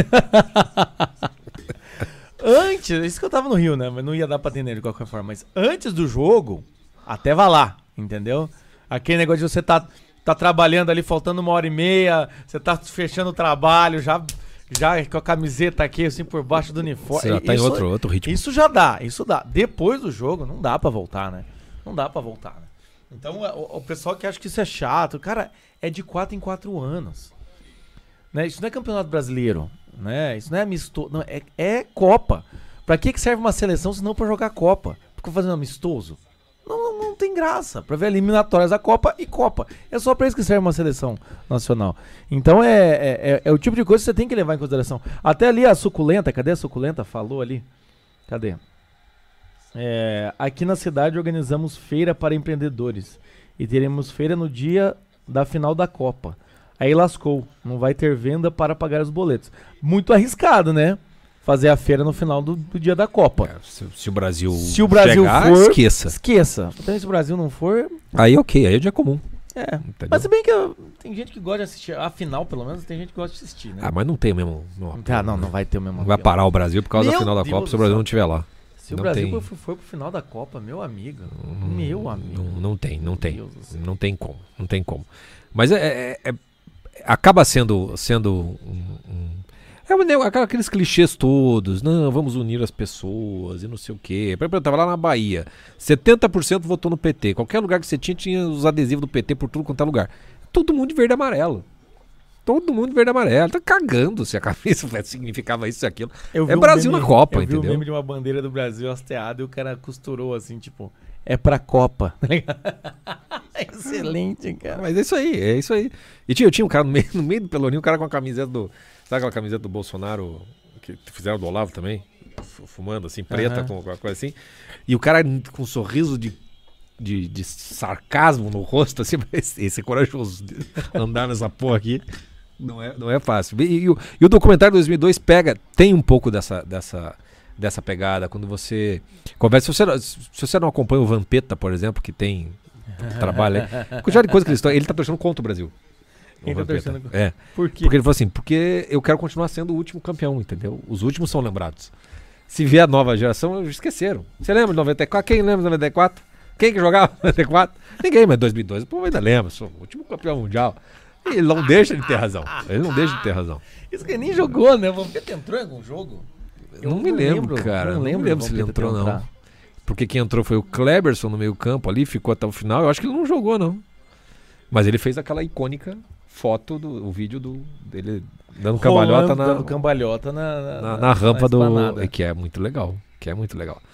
A: Antes, isso que eu tava no Rio, né? Mas não ia dar pra atender de qualquer forma. Mas antes do jogo, até vá lá, entendeu? Aquele negócio de você tá, tá trabalhando ali, faltando uma hora e meia, você tá fechando o trabalho, já, já com a camiseta aqui, assim, por baixo do uniforme.
B: Você já tá em
A: Isso-
B: outro, outro ritmo.
A: Isso já dá, isso dá. Depois do jogo, não dá pra voltar, né? Não dá pra voltar, né? Então, o, o pessoal que acha que isso é chato, cara, é de quatro em quatro anos. Né? Isso não é campeonato brasileiro, né? Isso não é amistoso, não, é, é Copa. Pra que, que serve uma seleção se não pra jogar Copa? Porque fazendo amistoso? Não, não, não tem graça. Pra ver eliminatórias da Copa e Copa. É só pra isso que serve uma seleção nacional. Então é, é, é, é o tipo de coisa que você tem que levar em consideração. Até ali a Suculenta, cadê a Suculenta? Falou ali. Cadê? É, aqui na cidade organizamos feira para empreendedores. E teremos feira no dia da final da Copa. Aí lascou. Não vai ter venda para pagar os boletos. Muito arriscado, né? Fazer a feira no final do, do dia da Copa.
B: É, se, se o Brasil,
A: se o Brasil
B: chegar,
A: for,
B: esqueça.
A: Esqueça. Então, se o Brasil não for...
B: Aí ok, aí é dia comum.
A: É.
B: Entendeu?
A: Mas se bem que eu, tem gente que gosta de assistir. A final, pelo menos, tem gente que gosta de assistir, né?
B: Ah, mas não tem o mesmo... Não,
A: Ah, não, não vai ter o mesmo.
B: não vai parar o Brasil por causa
A: Meu
B: da final da
A: Deus
B: Copa se o
A: do
B: Brasil
A: céu.
B: não estiver lá.
A: Se o
B: não
A: Brasil
B: tem-
A: for, for pro final da Copa, meu amigo.
B: Hum,
A: meu amigo.
B: Não, não tem, não
A: Meu
B: tem.
A: Deus do céu.
B: Não tem como, não tem como. Mas é, é- é- acaba sendo, sendo um, um- é um nego- aquela- aqueles clichês todos. Não, vamos unir as pessoas e não sei o quê. Por exemplo, eu tava lá na Bahia. setenta por cento votou no P T. Qualquer lugar que você tinha, tinha os adesivos do P T por tudo quanto é lugar. Todo mundo de verde e amarelo. Todo mundo de verde e amarelo. Tá cagando se a camisa significava isso e aquilo.
A: Eu vi
B: É
A: um
B: Brasil
A: meme-
B: na Copa,
A: eu vi
B: entendeu?
A: um meme de uma bandeira do Brasil hasteada e o cara costurou assim, tipo, é pra Copa. Tá ligado? Excelente, cara.
B: Mas é isso aí, é isso aí. E tinha, eu tinha um cara no meio, no meio do Pelourinho, um cara com a camiseta do. Sabe aquela camiseta do Bolsonaro que fizeram do Olavo também? F- Fumando assim, preta,
A: Aham.
B: com alguma coisa assim. E o cara com um sorriso de, de, de sarcasmo no rosto, assim, esse, esse é corajoso de andar nessa porra aqui. Não é, não é fácil. E, e o, e o documentário dois mil e dois pega, tem um pouco dessa, dessa, dessa pegada. Quando você conversa. Se você, não- se você não acompanha o Vampeta, por exemplo, que tem. Que trabalha aí. Quantidade de coisa que ele está. Ele tá torcendo contra o Brasil.
A: Quem
B: O
A: tá
B: Vampeta.
A: torcendo-
B: É.
A: Por quê?
B: Porque ele falou assim: porque eu quero continuar sendo o último campeão, entendeu? Os últimos são lembrados. Se vier a nova geração, eles esqueceram. Você lembra de noventa e quatro? Quem lembra de noventa e quatro? Quem que jogava em noventa e quatro? Ninguém, mas dois mil e dois. Pô, ainda lembra, sou o último campeão mundial. E ele não deixa de ter razão. Ele não deixa de ter razão.
A: Isso que ele nem jogou, né? O Vampeta entrou em algum jogo?
B: Eu não me lembro, cara. Não, me lembro
A: do
B: se ele
A: Vampeta
B: entrou,
A: ter
B: não.
A: entrado.
B: Porque quem entrou foi o Kleberson no meio campo ali, ficou até o final. Eu acho que ele não jogou, não. Mas ele fez aquela icônica foto, do, o vídeo do, dele dando cambalhota
A: Rolando,
B: na,
A: dando cambalhota na, na,
B: na, na rampa do...
A: esplanada.
B: Que é muito legal. Que é muito legal.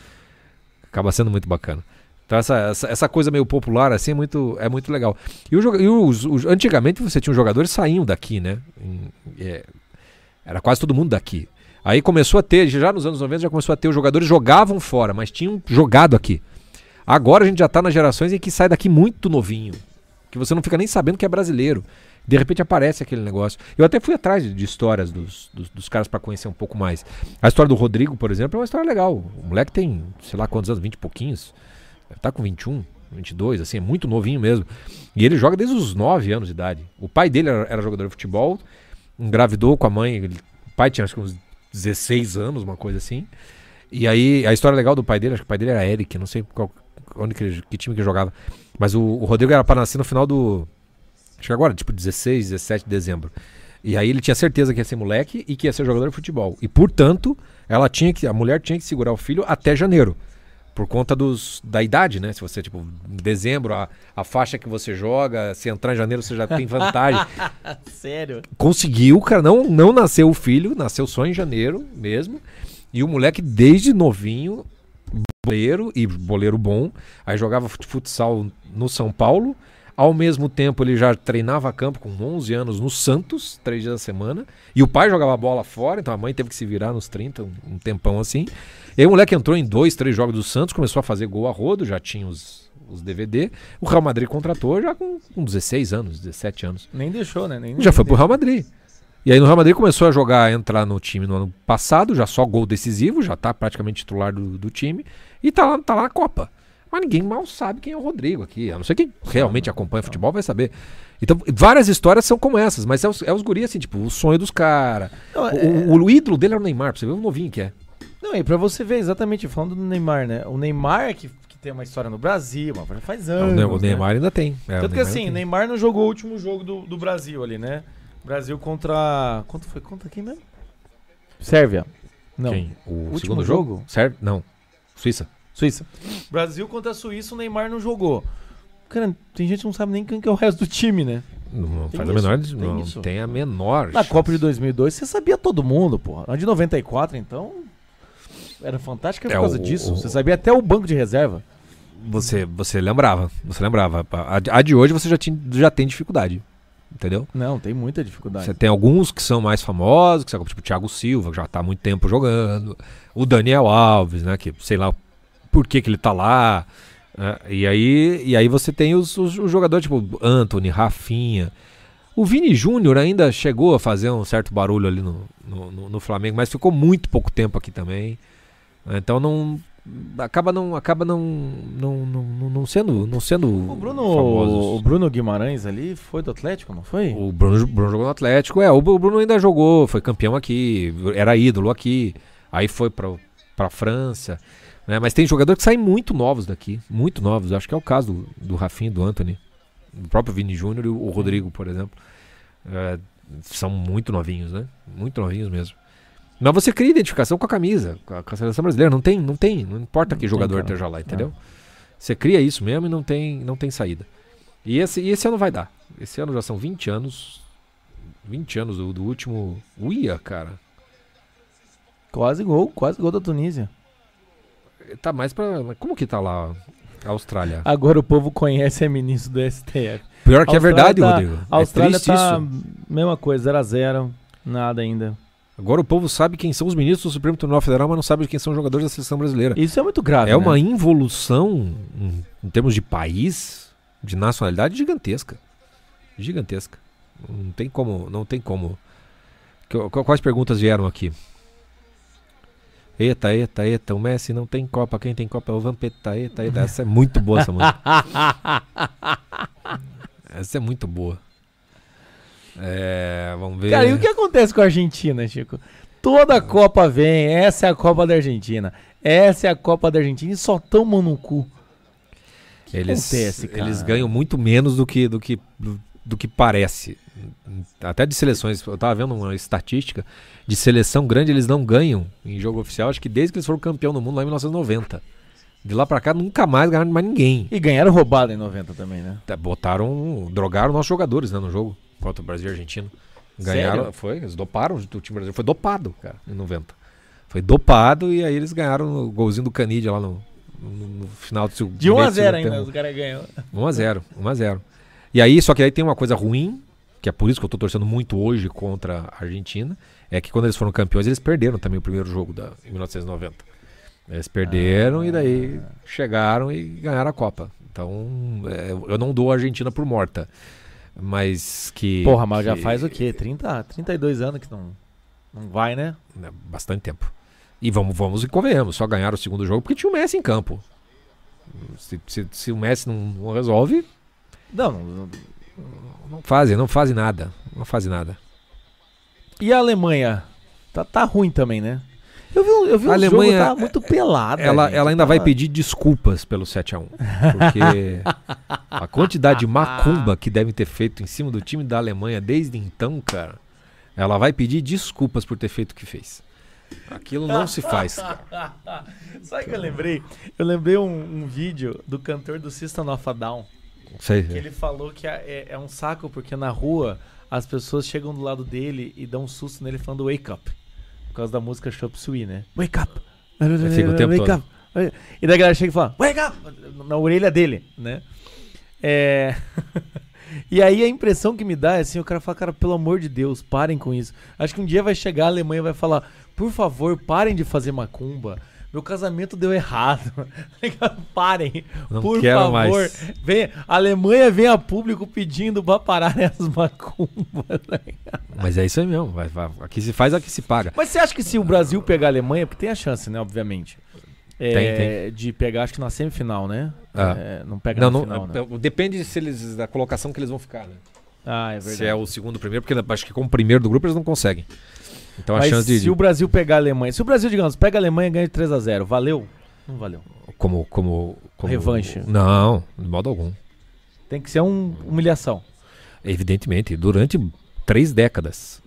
B: Acaba sendo muito bacana. Então essa, essa, essa coisa meio popular assim é muito, é muito legal. E, o, joga- e os, os- antigamente você tinha os jogadores que saíam daqui, né? Em- é, era quase todo mundo daqui. Aí começou a ter, já nos anos noventa já começou a ter, os jogadores jogavam fora, mas tinham jogado aqui. Agora a gente já está nas gerações em que sai daqui muito novinho, que você não fica nem sabendo que é brasileiro. De repente aparece aquele negócio. Eu até fui atrás de, de histórias dos, dos, dos caras para conhecer um pouco mais. A história do Rodrigo, por exemplo, é uma história legal. O moleque tem, sei lá quantos anos, vinte e pouquinhos. Deve estar com vinte e um, vinte e dois, assim, é muito novinho mesmo. E ele joga desde os nove anos de idade. O pai dele era, era jogador de futebol, engravidou com a mãe. Ele, o pai tinha acho que uns dezesseis anos, uma coisa assim. E aí, a história legal do pai dele, acho que o pai dele era Eric, não sei qual, onde que, que time que jogava. Mas o, o Rodrigo era para nascer no final do... Acho que agora, tipo dezesseis, dezessete de dezembro. E aí ele tinha certeza que ia ser moleque e que ia ser jogador de futebol. E, portanto, ela tinha que, a mulher tinha que segurar o filho até janeiro. Por conta dos, da idade, né? Se você, tipo, em dezembro, a, a faixa que você joga, se entrar em janeiro, você já tem vantagem.
A: Sério?
B: Conseguiu, cara. Não, não nasceu o filho, nasceu só em janeiro mesmo. E o moleque, desde novinho, boleiro e boleiro bom. Aí jogava fut- futsal no São Paulo. Ao mesmo tempo, ele já treinava campo com onze anos no Santos, três dias da semana. E o pai jogava bola fora, então a mãe teve que se virar nos trinta, um, um tempão assim. E aí o moleque entrou em dois, três jogos do Santos, começou a fazer gol a rodo, já tinha os, os D V D. O Real Madrid contratou já com, com dezesseis anos, dezessete anos.
A: Nem deixou, né? Nem,
B: Já
A: nem
B: foi pro
A: deixou.
B: Real Madrid. E aí no Real Madrid começou a jogar, entrar no time no ano passado, já só gol decisivo, já tá praticamente titular do, do time. E tá lá, tá lá na Copa. Mas ninguém mal sabe quem é o Rodrigo aqui. A não ser quem realmente acompanha futebol vai saber. Então, várias histórias são como essas, mas é os, é os guri assim, tipo, o sonho dos caras.
A: Não,
B: O,
A: é-
B: o, o ídolo dele era o Neymar, pra você ver o novinho que é.
A: Não, e pra você ver exatamente, falando do Neymar, né? O Neymar que, que tem uma história no Brasil, mas já faz
B: o,
A: anos.
B: Ne- o
A: né?
B: Neymar ainda tem. É, o
A: Tanto que
B: Neymar
A: assim,
B: ainda tem.
A: Neymar não jogou o último jogo do, do Brasil ali, né? Brasil contra. Quanto foi? Contra quem mesmo? Sérvia. Não.
B: Quem? O
A: Último
B: segundo
A: jogo?
B: jogo? Certo? Não. Suíça.
A: Suíça. Brasil contra a Suíça, o Neymar não jogou. Cara, tem gente que não sabe nem quem que é o resto do time, né?
B: Não
A: Tem
B: faz a
A: isso,
B: menor.
A: tem
B: Não
A: isso.
B: tem a menor.
A: Na Copa de dois mil e dois você sabia todo mundo, porra. Na de noventa e quatro, então, era fantástica por
B: É,
A: causa
B: o-
A: disso.
B: o-
A: Você sabia até o banco de reserva.
B: Você, você lembrava. Você lembrava. A, a de hoje você já, tinha, já tem dificuldade. Entendeu?
A: Não, tem muita dificuldade.
B: Você tem alguns que são mais famosos, que são, tipo o Thiago Silva, que já tá há muito tempo jogando. O Daniel Alves, né? Que sei lá por que, que ele tá lá. Né, e, aí, e aí você tem os, os, os jogadores tipo Antony, Rafinha. O Vini Júnior ainda chegou a fazer um certo barulho ali no, no, no, no Flamengo, mas ficou muito pouco tempo aqui também. Então não. Acaba não. Acaba não. Não, não, não, não sendo. Não sendo
A: O Bruno,
B: famosos.
A: o Bruno Guimarães ali foi do Atlético, não foi?
B: O Bruno, Bruno jogou no Atlético. É, o Bruno ainda jogou, foi campeão aqui, era ídolo aqui. Aí foi pra, pra França. Né? Mas tem jogador que saem muito novos daqui. Muito novos. Acho que é o caso do, do Rafinha, do Antony. Do próprio Vini Júnior e o Rodrigo, por exemplo. É, são muito novinhos, né? Muito novinhos mesmo. Mas você cria identificação com a camisa, com a, com a seleção brasileira. Não tem, não tem. Não importa
A: Não
B: que
A: tem,
B: jogador
A: cara.
B: esteja lá, entendeu? Você cria isso mesmo e não tem, não tem saída. E esse, e esse ano vai dar. Esse ano já são vinte anos. vinte anos do, do último. Uia, cara.
A: Quase gol, quase gol da Tunísia.
B: Tá mais pra. mas como que tá lá a Austrália?
A: Agora o povo conhece a ministro do S T F.
B: Pior que é
A: Austrália
B: verdade,
A: tá-
B: Rodrigo.
A: A Austrália
B: é triste
A: tá
B: isso.
A: mesma coisa, zero a zero, nada ainda.
B: Agora o povo sabe quem são os ministros do Supremo Tribunal Federal, mas não sabe quem são os jogadores da seleção brasileira.
A: Isso é muito grave,
B: É uma
A: né?
B: involução em, em termos de país, de nacionalidade gigantesca. Gigantesca. Não tem como. Não tem como. Que- Quais perguntas vieram aqui? Eita, eita, eita, o Messi não tem Copa, quem tem Copa é o Vampeta, eita, eita. Essa é muito boa, essa música. Essa é muito boa. É, vamos ver.
A: Cara, e o que acontece com a Argentina, Chico? Toda Copa vem, essa é a Copa da Argentina. Essa é a Copa da Argentina e só tomam no cu. O que
B: Eles,
A: acontece, cara?
B: eles ganham muito menos do que, do, que, do, do que parece. Até de seleções. Eu tava vendo uma estatística de seleção grande, eles não ganham em jogo oficial. Acho que desde que eles foram campeão do mundo lá em mil novecentos e noventa. De lá pra cá nunca mais ganharam de mais ninguém.
A: E ganharam roubada em noventa também, né?
B: Até botaram, drogaram nossos jogadores, né, no jogo contra o Brasil e a Argentina. Ganharam,
A: Sério?
B: foi, eles doparam o time brasileiro, foi dopado, cara, em noventa. Foi dopado e aí eles ganharam o golzinho do Canidia lá no, no, no final do segundo
A: De um a
B: meio do
A: zero
B: segundo
A: ainda,
B: tempo.
A: os caras ganham.
B: um a zero, um a zero. E aí, só que aí tem uma coisa ruim, que é por isso que eu tô torcendo muito hoje contra a Argentina, é que quando eles foram campeões, eles perderam também o primeiro jogo da, em mil novecentos e noventa. Eles perderam
A: Ah.
B: e daí chegaram e ganharam a Copa. Então, é, eu não dou a Argentina por morta. Mas que...
A: Porra, mas já
B: que-
A: faz o quê? trinta, trinta e dois anos que não, não vai, né?
B: né, bastante tempo. E vamos, vamos e convenhamos, só ganharam o segundo jogo porque tinha o Messi em campo. Se, se, se o Messi não, não resolve,
A: Não, não-
B: não fazem, não fazem nada. Não fazem nada.
A: E a Alemanha? Tá, tá ruim também, né? Eu vi, um- eu vi
B: A
A: um
B: Alemanha,
A: jogo, tá muito pelada.
B: Ela,
A: gente.
B: ela ainda vai
A: Tava-
B: pedir desculpas pelo sete a um. Porque a quantidade de macumba que devem ter feito em cima do time da Alemanha desde então, cara, ela vai pedir desculpas por ter feito o que fez. Aquilo não se faz, cara.
A: Sabe o que eu lembrei? Eu lembrei um, um vídeo do cantor do System of a Down.
B: Sei.
A: Que ele falou que é, é um saco porque na rua as pessoas chegam do lado dele e dão um susto nele falando wake up. Por causa da música Chop Suey, né? Wake up!
B: Fica o tempo
A: wake
B: todo.
A: up! E daí a galera chega e fala wake up! Na orelha dele, né? É... E aí a impressão que me dá é assim, o cara fala, cara, pelo amor de Deus, parem com isso. Acho que um dia vai chegar a Alemanha e vai falar, por favor, parem de fazer macumba. Meu casamento deu errado. Parem,
B: Não
A: por
B: quero
A: favor.
B: mais.
A: Vem, a Alemanha vem a público pedindo pra pararem as macumbas.
B: Mas é isso aí mesmo. Vai, vai. Aqui se faz, aqui se paga.
A: Mas você acha que se o Brasil pegar a Alemanha, porque tem a chance, né, obviamente. É,
B: Tem, tem.
A: De pegar, acho que na semifinal, né?
B: Ah.
A: É, não pega
B: Não,
A: na
B: não,
A: final, né?
B: é- depende se eles, da colocação que eles vão ficar, né?
A: Ah, é verdade.
B: Se é o segundo ou primeiro, porque acho que como primeiro do grupo eles não conseguem. Então a
A: Mas
B: chance de.
A: se o Brasil pegar a Alemanha, se o Brasil, digamos, pega a Alemanha e ganha de três a zero, valeu? Não valeu.
B: Como, como, como.
A: Revanche.
B: Não, de modo algum.
A: Tem que ser uma humilhação.
B: Evidentemente, durante três décadas.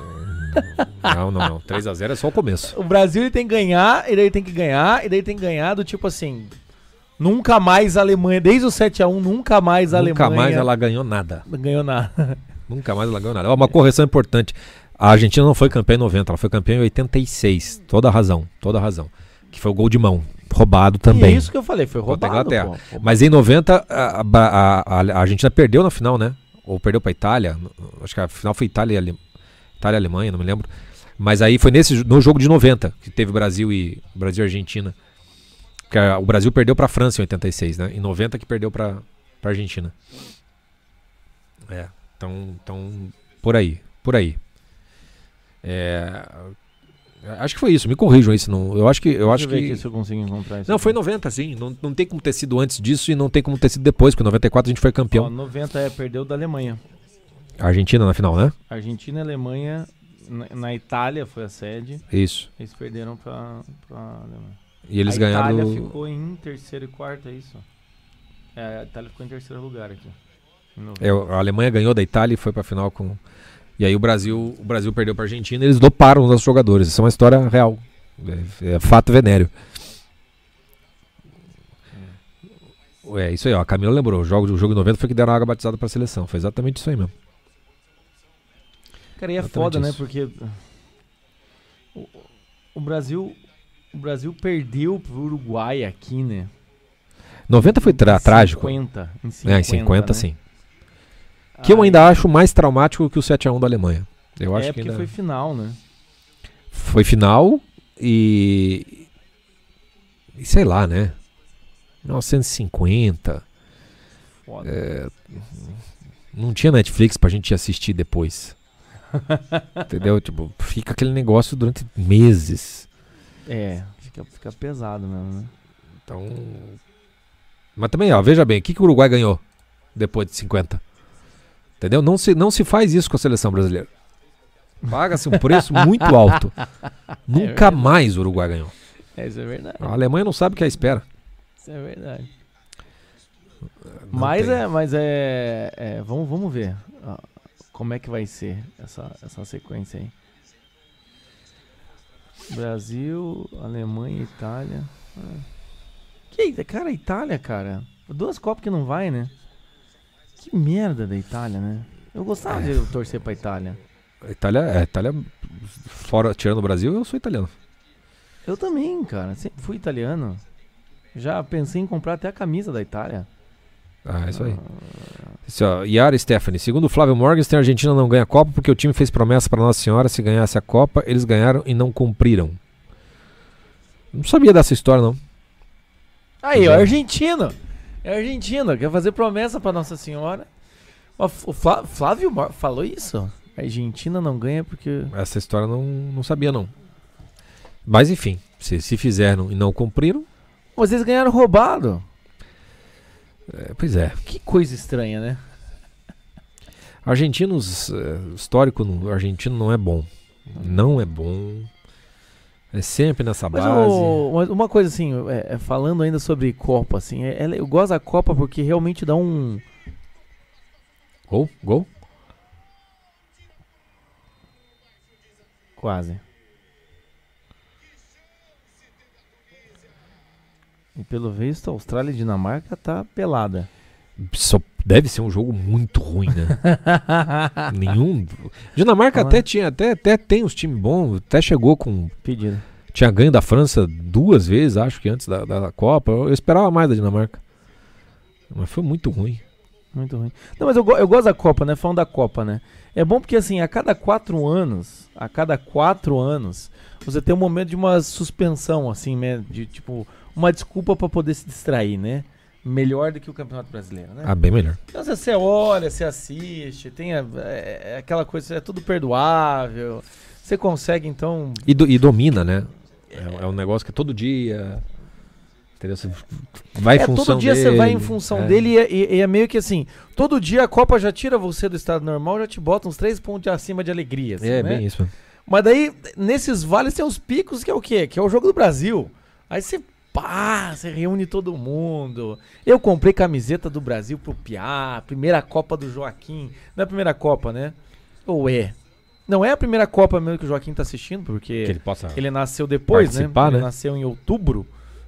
B: Não, não, não. três a zero é só o começo.
A: O Brasil ele tem que ganhar, e daí tem que ganhar, e daí tem que ganhar do tipo assim, Nunca mais a Alemanha, desde o sete a um, nunca mais a
B: Nunca
A: Alemanha...
B: mais ela ganhou nada.
A: Não ganhou nada.
B: Nunca mais ela ganhou nada. Ó, uma correção importante. A Argentina não foi campeã em noventa, ela foi campeã em oitenta e seis. Toda razão, toda razão. Que foi o gol de mão. Roubado também.
A: E é isso que eu falei, foi
B: Contra a
A: roubado,
B: Inglaterra.
A: pô. Roubado.
B: Mas em noventa, a, a- a- a Argentina perdeu na final, né? Ou perdeu pra Itália. Acho que a final foi Itália e Ale- Itália e Alemanha, não me lembro. Mas aí foi nesse, no jogo de noventa, que teve Brasil e Brasil e Argentina. Porque a- o Brasil perdeu pra França em oitenta e seis, né? Em noventa que perdeu pra, pra Argentina. É, então, então, por aí, por aí. É, acho que foi isso, me corrijam isso. Não, eu acho que... Eu acho
A: Deixa eu ver
B: que
A: aqui se eu consigo encontrar isso.
B: não, foi em noventa, sim. Não, não tem como ter sido antes disso e não tem como ter sido depois, porque em noventa e quatro a gente foi
A: Ó,
B: campeão.
A: noventa é, perdeu da Alemanha.
B: A Argentina na final, né?
A: Argentina e Alemanha, na, na Itália foi a sede,
B: Isso.
A: eles perderam pra, pra Alemanha.
B: E eles
A: a
B: ganharam...
A: Itália ficou em terceiro e quarto, é isso? É, a Itália ficou em terceiro lugar aqui. em noventa.
B: É, a Alemanha ganhou da Itália e foi pra final com... E aí o Brasil, o Brasil perdeu pra Argentina e eles doparam os nossos jogadores. Isso é uma história real. É, é fato venéreo. É isso aí, ó. A Camila lembrou. O jogo, o jogo de noventa foi que deram água batizada pra seleção. Foi exatamente isso aí mesmo.
A: Cara, e é
B: Exatamente
A: foda, né?
B: isso.
A: Porque o, o Brasil o Brasil perdeu pro Uruguai aqui, né?
B: noventa foi tra-
A: Em
B: trágico.
A: cinquenta, em cinquenta,
B: É, em cinquenta,
A: né?
B: sim. Que eu
A: Aí-
B: ainda acho mais traumático que o sete a um da Alemanha. Eu acho
A: é
B: que
A: porque
B: ainda...
A: foi final, né?
B: Foi final e... e sei lá, né? mil novecentos e cinquenta.
A: Foda.
B: É, não tinha Netflix pra gente assistir depois. Entendeu? Tipo, fica aquele negócio durante meses.
A: É, fica, fica pesado mesmo, né?
B: Então... Mas também, ó, veja bem, o que, que o Uruguai ganhou depois de cinquenta? Entendeu? Não se, não se faz isso com a seleção brasileira. Paga-se um preço muito alto. Nunca
A: verdade.
B: mais o Uruguai ganhou.
A: É, isso é verdade.
B: A Alemanha não sabe o que é a espera.
A: Isso é verdade.
B: Não
A: Mas
B: tem.
A: é, mas é, é, vamos, vamos ver ó, como é que vai ser essa, essa sequência aí. Brasil, Alemanha, Itália. Ah. Que, cara, Itália, cara. Duas Copas que não vai, né? Que merda da Itália, né? Eu gostava
B: É.
A: de torcer pra Itália.
B: A Itália, é, a Itália, fora tirando o Brasil, eu sou italiano.
A: Eu também, cara. Sempre fui italiano. Já pensei em comprar até a camisa da Itália.
B: Ah, é isso aí. Isso, ó, Yara Stephanie. Segundo o Flávio Morgenstern, a Argentina não ganha a Copa porque o time fez promessa para Nossa Senhora. Se ganhasse a Copa, eles ganharam e não cumpriram. Não sabia dessa história, não.
A: Aí,
B: Pois
A: ó,
B: é.
A: argentino. É argentino. Quer fazer promessa pra Nossa Senhora. Ó, O Flá- Flávio Mor- falou isso. A Argentina não ganha porque...
B: Essa história não, não sabia, não. Mas enfim, se, se fizeram e não cumpriram,
A: Vocês ganharam roubado.
B: é, pois é.
A: Que coisa estranha, né?
B: Argentinos, é, histórico no argentino não é bom. Não é bom. É sempre nessa
A: Mas
B: base.
A: o- mas uma coisa assim, é, é, falando ainda sobre Copa, assim, é- é- eu gosto da Copa porque realmente dá um...
B: Gol? Gol?
A: Quase. E pelo visto, a Austrália e Dinamarca tá pelada.
B: Só deve ser um jogo muito ruim, né? Nenhum. Dinamarca
A: Ah.
B: até tinha, até, até tem uns times bons, até chegou com.
A: Pedido.
B: Tinha ganho da França duas vezes, acho que antes da, da Copa. Eu, eu esperava mais da Dinamarca. Mas foi muito ruim.
A: Muito ruim. Não, mas eu, go- eu gosto da Copa, né? Falando da Copa, né? É bom porque, assim, a cada quatro anos, a cada quatro anos, você tem um momento de uma suspensão, assim, né? De, tipo, uma desculpa pra poder se distrair, né? Melhor do que o Campeonato Brasileiro, né?
B: Ah, bem melhor.
A: Então, você- você olha, você assiste, tem a- é, é aquela coisa, é tudo perdoável. Você consegue, então...
B: E, do- e domina, né? É, é um negócio que é todo dia. Entendeu? Você vai em
A: É,
B: função
A: todo dia
B: dele.
A: você vai em função
B: é.
A: dele e, é- e- e é meio que assim, todo dia a Copa já tira você do estado normal, já te bota uns três pontos acima de alegria, assim,
B: É,
A: né?
B: bem isso.
A: Mas daí, nesses vales tem os picos, que é o quê? Que é o jogo do Brasil. Aí você, pá, você reúne todo mundo. Eu comprei camiseta do Brasil pro Piá, primeira Copa do Joaquim. Não é a primeira Copa, né? Ou é? Não é a primeira Copa mesmo que o Joaquim tá assistindo, porque
B: Que ele possa.
A: ele nasceu depois, né?
B: Participar,
A: Ele
B: né?
A: nasceu em outubro,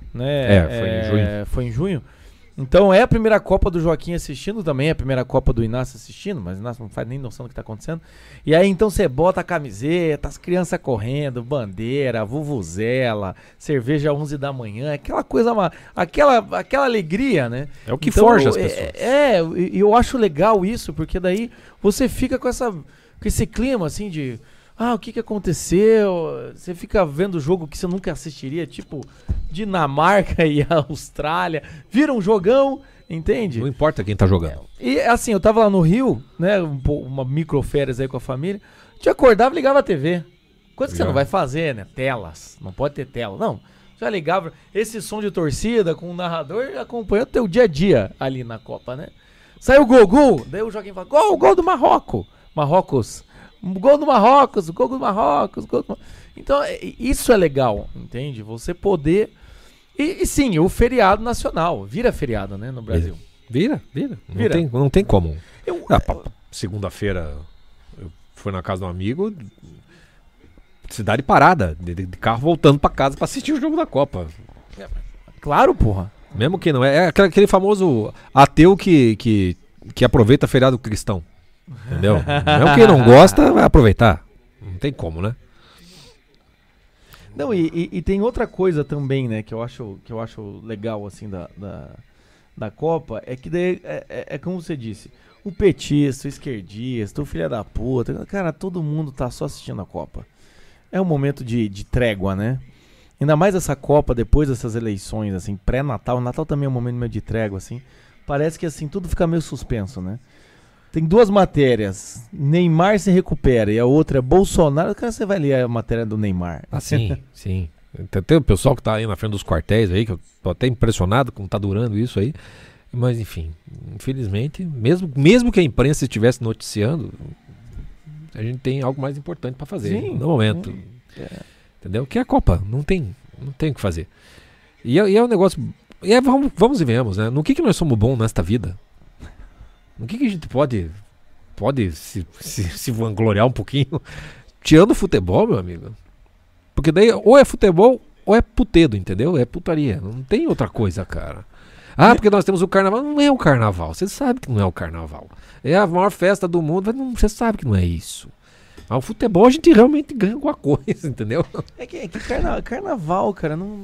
A: né?
B: É, foi em junho.
A: Foi em junho. Então é a primeira Copa do Joaquim assistindo, também é a primeira Copa do Inácio assistindo, mas o Inácio não faz nem noção do que tá acontecendo. E aí então você bota a camiseta, as crianças correndo, bandeira, vuvuzela, cerveja às onze da manhã, aquela coisa, aquela, aquela alegria, né?
B: É o que
A: então,
B: forja as
A: é,
B: pessoas.
A: É, e eu acho legal isso, porque daí você fica com, essa, com esse clima assim de... Ah, o que que aconteceu? Você fica vendo jogo que você nunca assistiria, tipo Dinamarca e a Austrália. Vira um jogão, entende?
B: Não importa quem tá jogando.
A: E assim, eu tava lá no Rio, né, um, uma microférias aí com a família. Te acordava e ligava a T V. Coisa que
B: Já.
A: você não vai fazer, né? Telas. Não pode ter tela. Não. Já ligava. Esse som de torcida com o narrador acompanhando o teu dia a dia ali na Copa, né? Saiu o gol, gol. Daí o Joaquim fala, gol, gol do Marrocos. Marrocos. Gol do Marrocos, gol do Marrocos, gol do Marrocos. Então, é, isso é legal, entende? Você poder... E, e sim, o feriado nacional. Vira feriado, né, no Brasil.
B: Vira, vira. Não,
A: Vira.
B: Tem, não tem como.
A: Eu,
B: Ah, pa- segunda-feira eu fui na casa de um amigo, cidade parada, de, de carro voltando pra casa pra assistir o jogo da Copa.
A: claro, porra.
B: Mesmo que não é. É aquele, aquele famoso ateu que, que, que aproveita feriado cristão. Entendeu? Mesmo quem não gosta, vai aproveitar. Não tem como, né?
A: Não, e, e- e tem outra coisa também, né, que eu acho, que eu acho legal, assim, da, da, da Copa, é que daí, é, é, é como você disse, o petista, o esquerdista, o filho da puta, cara, todo mundo tá só assistindo a Copa. É um momento de, de trégua, né? Ainda mais essa Copa, depois dessas eleições, assim, pré-Natal, o Natal também é um momento meio de trégua, assim, parece que, assim, tudo fica meio suspenso, né? Tem duas matérias, Neymar se recupera e a outra é Bolsonaro. Cara, você vai ler a matéria do Neymar.
B: Ah, sim, sim. Tem, tem o pessoal que tá aí na frente dos quartéis aí, que eu tô até impressionado como tá durando isso aí. Mas, enfim, infelizmente, mesmo, mesmo que a imprensa estivesse noticiando, a gente tem algo mais importante pra fazer
A: Sim,
B: no momento.
A: sim. É.
B: Entendeu? Que é a Copa. Não tem, não tem o que fazer. E é, e é um negócio... E é, vamos, vamos e venhamos, né? No que, que nós somos bons nesta vida? No que, que a gente pode, pode se, se, se vangloriar um pouquinho? Tirando o futebol, meu amigo. Porque daí ou é futebol ou é putedo, entendeu? É putaria. Não tem outra coisa, cara. Ah, porque nós temos o carnaval. Não é o carnaval. Você sabe que não é o carnaval. É a maior festa do mundo. Mas não, você sabe que não é isso. Mas o futebol a gente realmente ganha alguma coisa, entendeu?
A: É que, é que carna- carnaval, cara, não.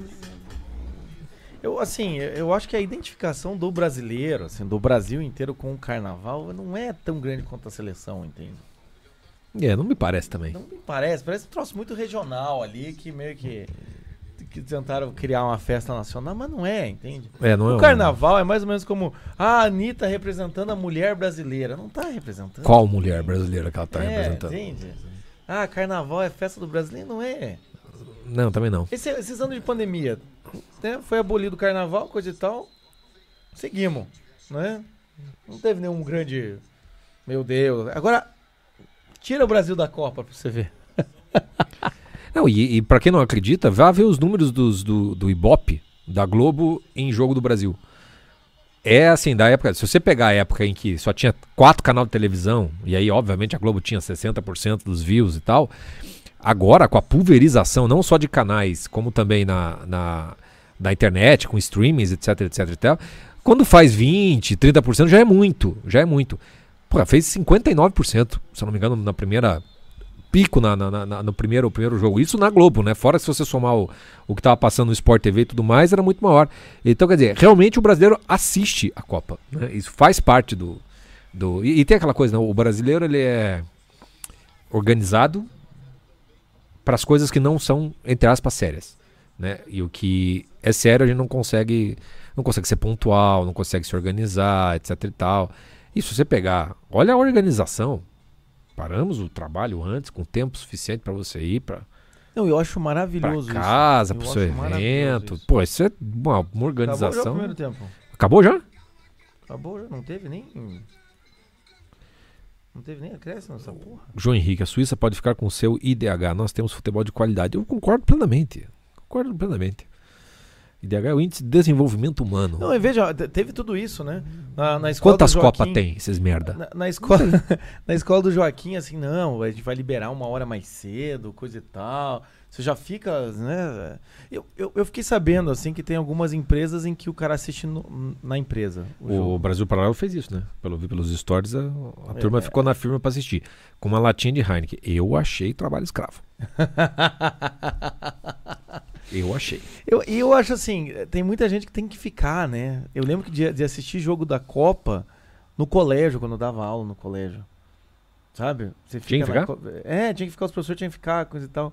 A: Eu, assim, eu- eu acho que a identificação do brasileiro, assim, do Brasil inteiro com o carnaval não é tão grande quanto a seleção, entende?
B: É, não me parece também.
A: Não me parece, parece um troço muito regional ali, que meio que, que tentaram criar uma festa nacional, mas não é, entende?
B: É, não é
A: O
B: um-
A: carnaval é mais ou menos como a Anitta representando a mulher brasileira. Não tá representando.
B: Qual mulher brasileira que ela tá
A: é,
B: representando?
A: entende? Ah, carnaval é festa do brasileiro? Não é.
B: Não, também não.
A: Esse- esses anos de pandemia, né, foi abolido o carnaval, coisa e tal. Seguimos, né? Não teve nenhum grande... Meu Deus. Agora, tira o Brasil da Copa pra você ver.
B: Não, e, e pra quem não acredita, vá ver os números dos, do, do Ibope, da Globo, em Jogo do Brasil. É assim, da época, se você pegar a época em que só tinha quatro canais de televisão, e aí obviamente a Globo tinha sessenta por cento dos views e tal, agora com a pulverização não só de canais, como também na, na, na internet, com streamings, etc, etc e tal, quando faz vinte, trinta por cento já é muito, já é muito. Pô, fez cinquenta e nove por cento, se eu não me engano, na primeira... pico na, na- na- no primeiro, primeiro jogo. Isso na Globo, né? Fora se você somar o, o que tava passando no Sport T V e tudo mais, era muito maior. Então, quer dizer, realmente o brasileiro assiste a Copa, né? Isso faz parte do... do e, e tem aquela coisa, né? O brasileiro, ele é organizado para as coisas que não são, entre aspas, sérias, né? E o que é sério a gente não consegue, não consegue ser pontual, não consegue se organizar, etc e tal. E se você pegar, olha a organização, paramos o trabalho antes, com tempo suficiente para você ir para
A: Não, eu acho maravilhoso
B: para casa,
A: isso.
B: para o
A: Eu
B: seu
A: acho maravilhoso
B: evento.
A: isso.
B: Pô, isso é uma, uma
A: Acabou já o
B: organização.
A: primeiro tempo.
B: Acabou já?
A: Acabou já, não teve nem... Não teve nem acréscimo nessa porra.
B: João Henrique, a Suíça pode ficar com o seu I D H. Nós temos futebol de qualidade. Eu concordo plenamente. Concordo plenamente. I D H é o Índice de Desenvolvimento Humano.
A: Não, e veja, te- teve tudo isso, né? Na, na escola
B: Quantas
A: do
B: Copas
A: Joaquim-
B: tem, esses merda?
A: Na, na escola, na escola do Joaquim, assim, não, a gente vai liberar uma hora mais cedo, coisa e tal. Você já fica, né? Eu, eu, eu fiquei sabendo, assim, que tem algumas empresas em que o cara assiste no- na empresa. O,
B: O
A: jogo.
B: Brasil Paralelo fez isso, né? Pelo vi pelos stories, a, a
A: É,
B: turma
A: é.
B: ficou na firma pra assistir. Com uma latinha de Heineken. Eu achei trabalho escravo. Eu achei.
A: eu, e eu acho assim, tem muita gente que tem que ficar, né? Eu lembro que de, de assistir jogo da Copa no colégio, quando eu dava aula no colégio. Sabe? Você
B: Tinha que
A: na
B: ficar?
A: co- É, tinha que ficar, os professores tinham que ficar, coisa e tal.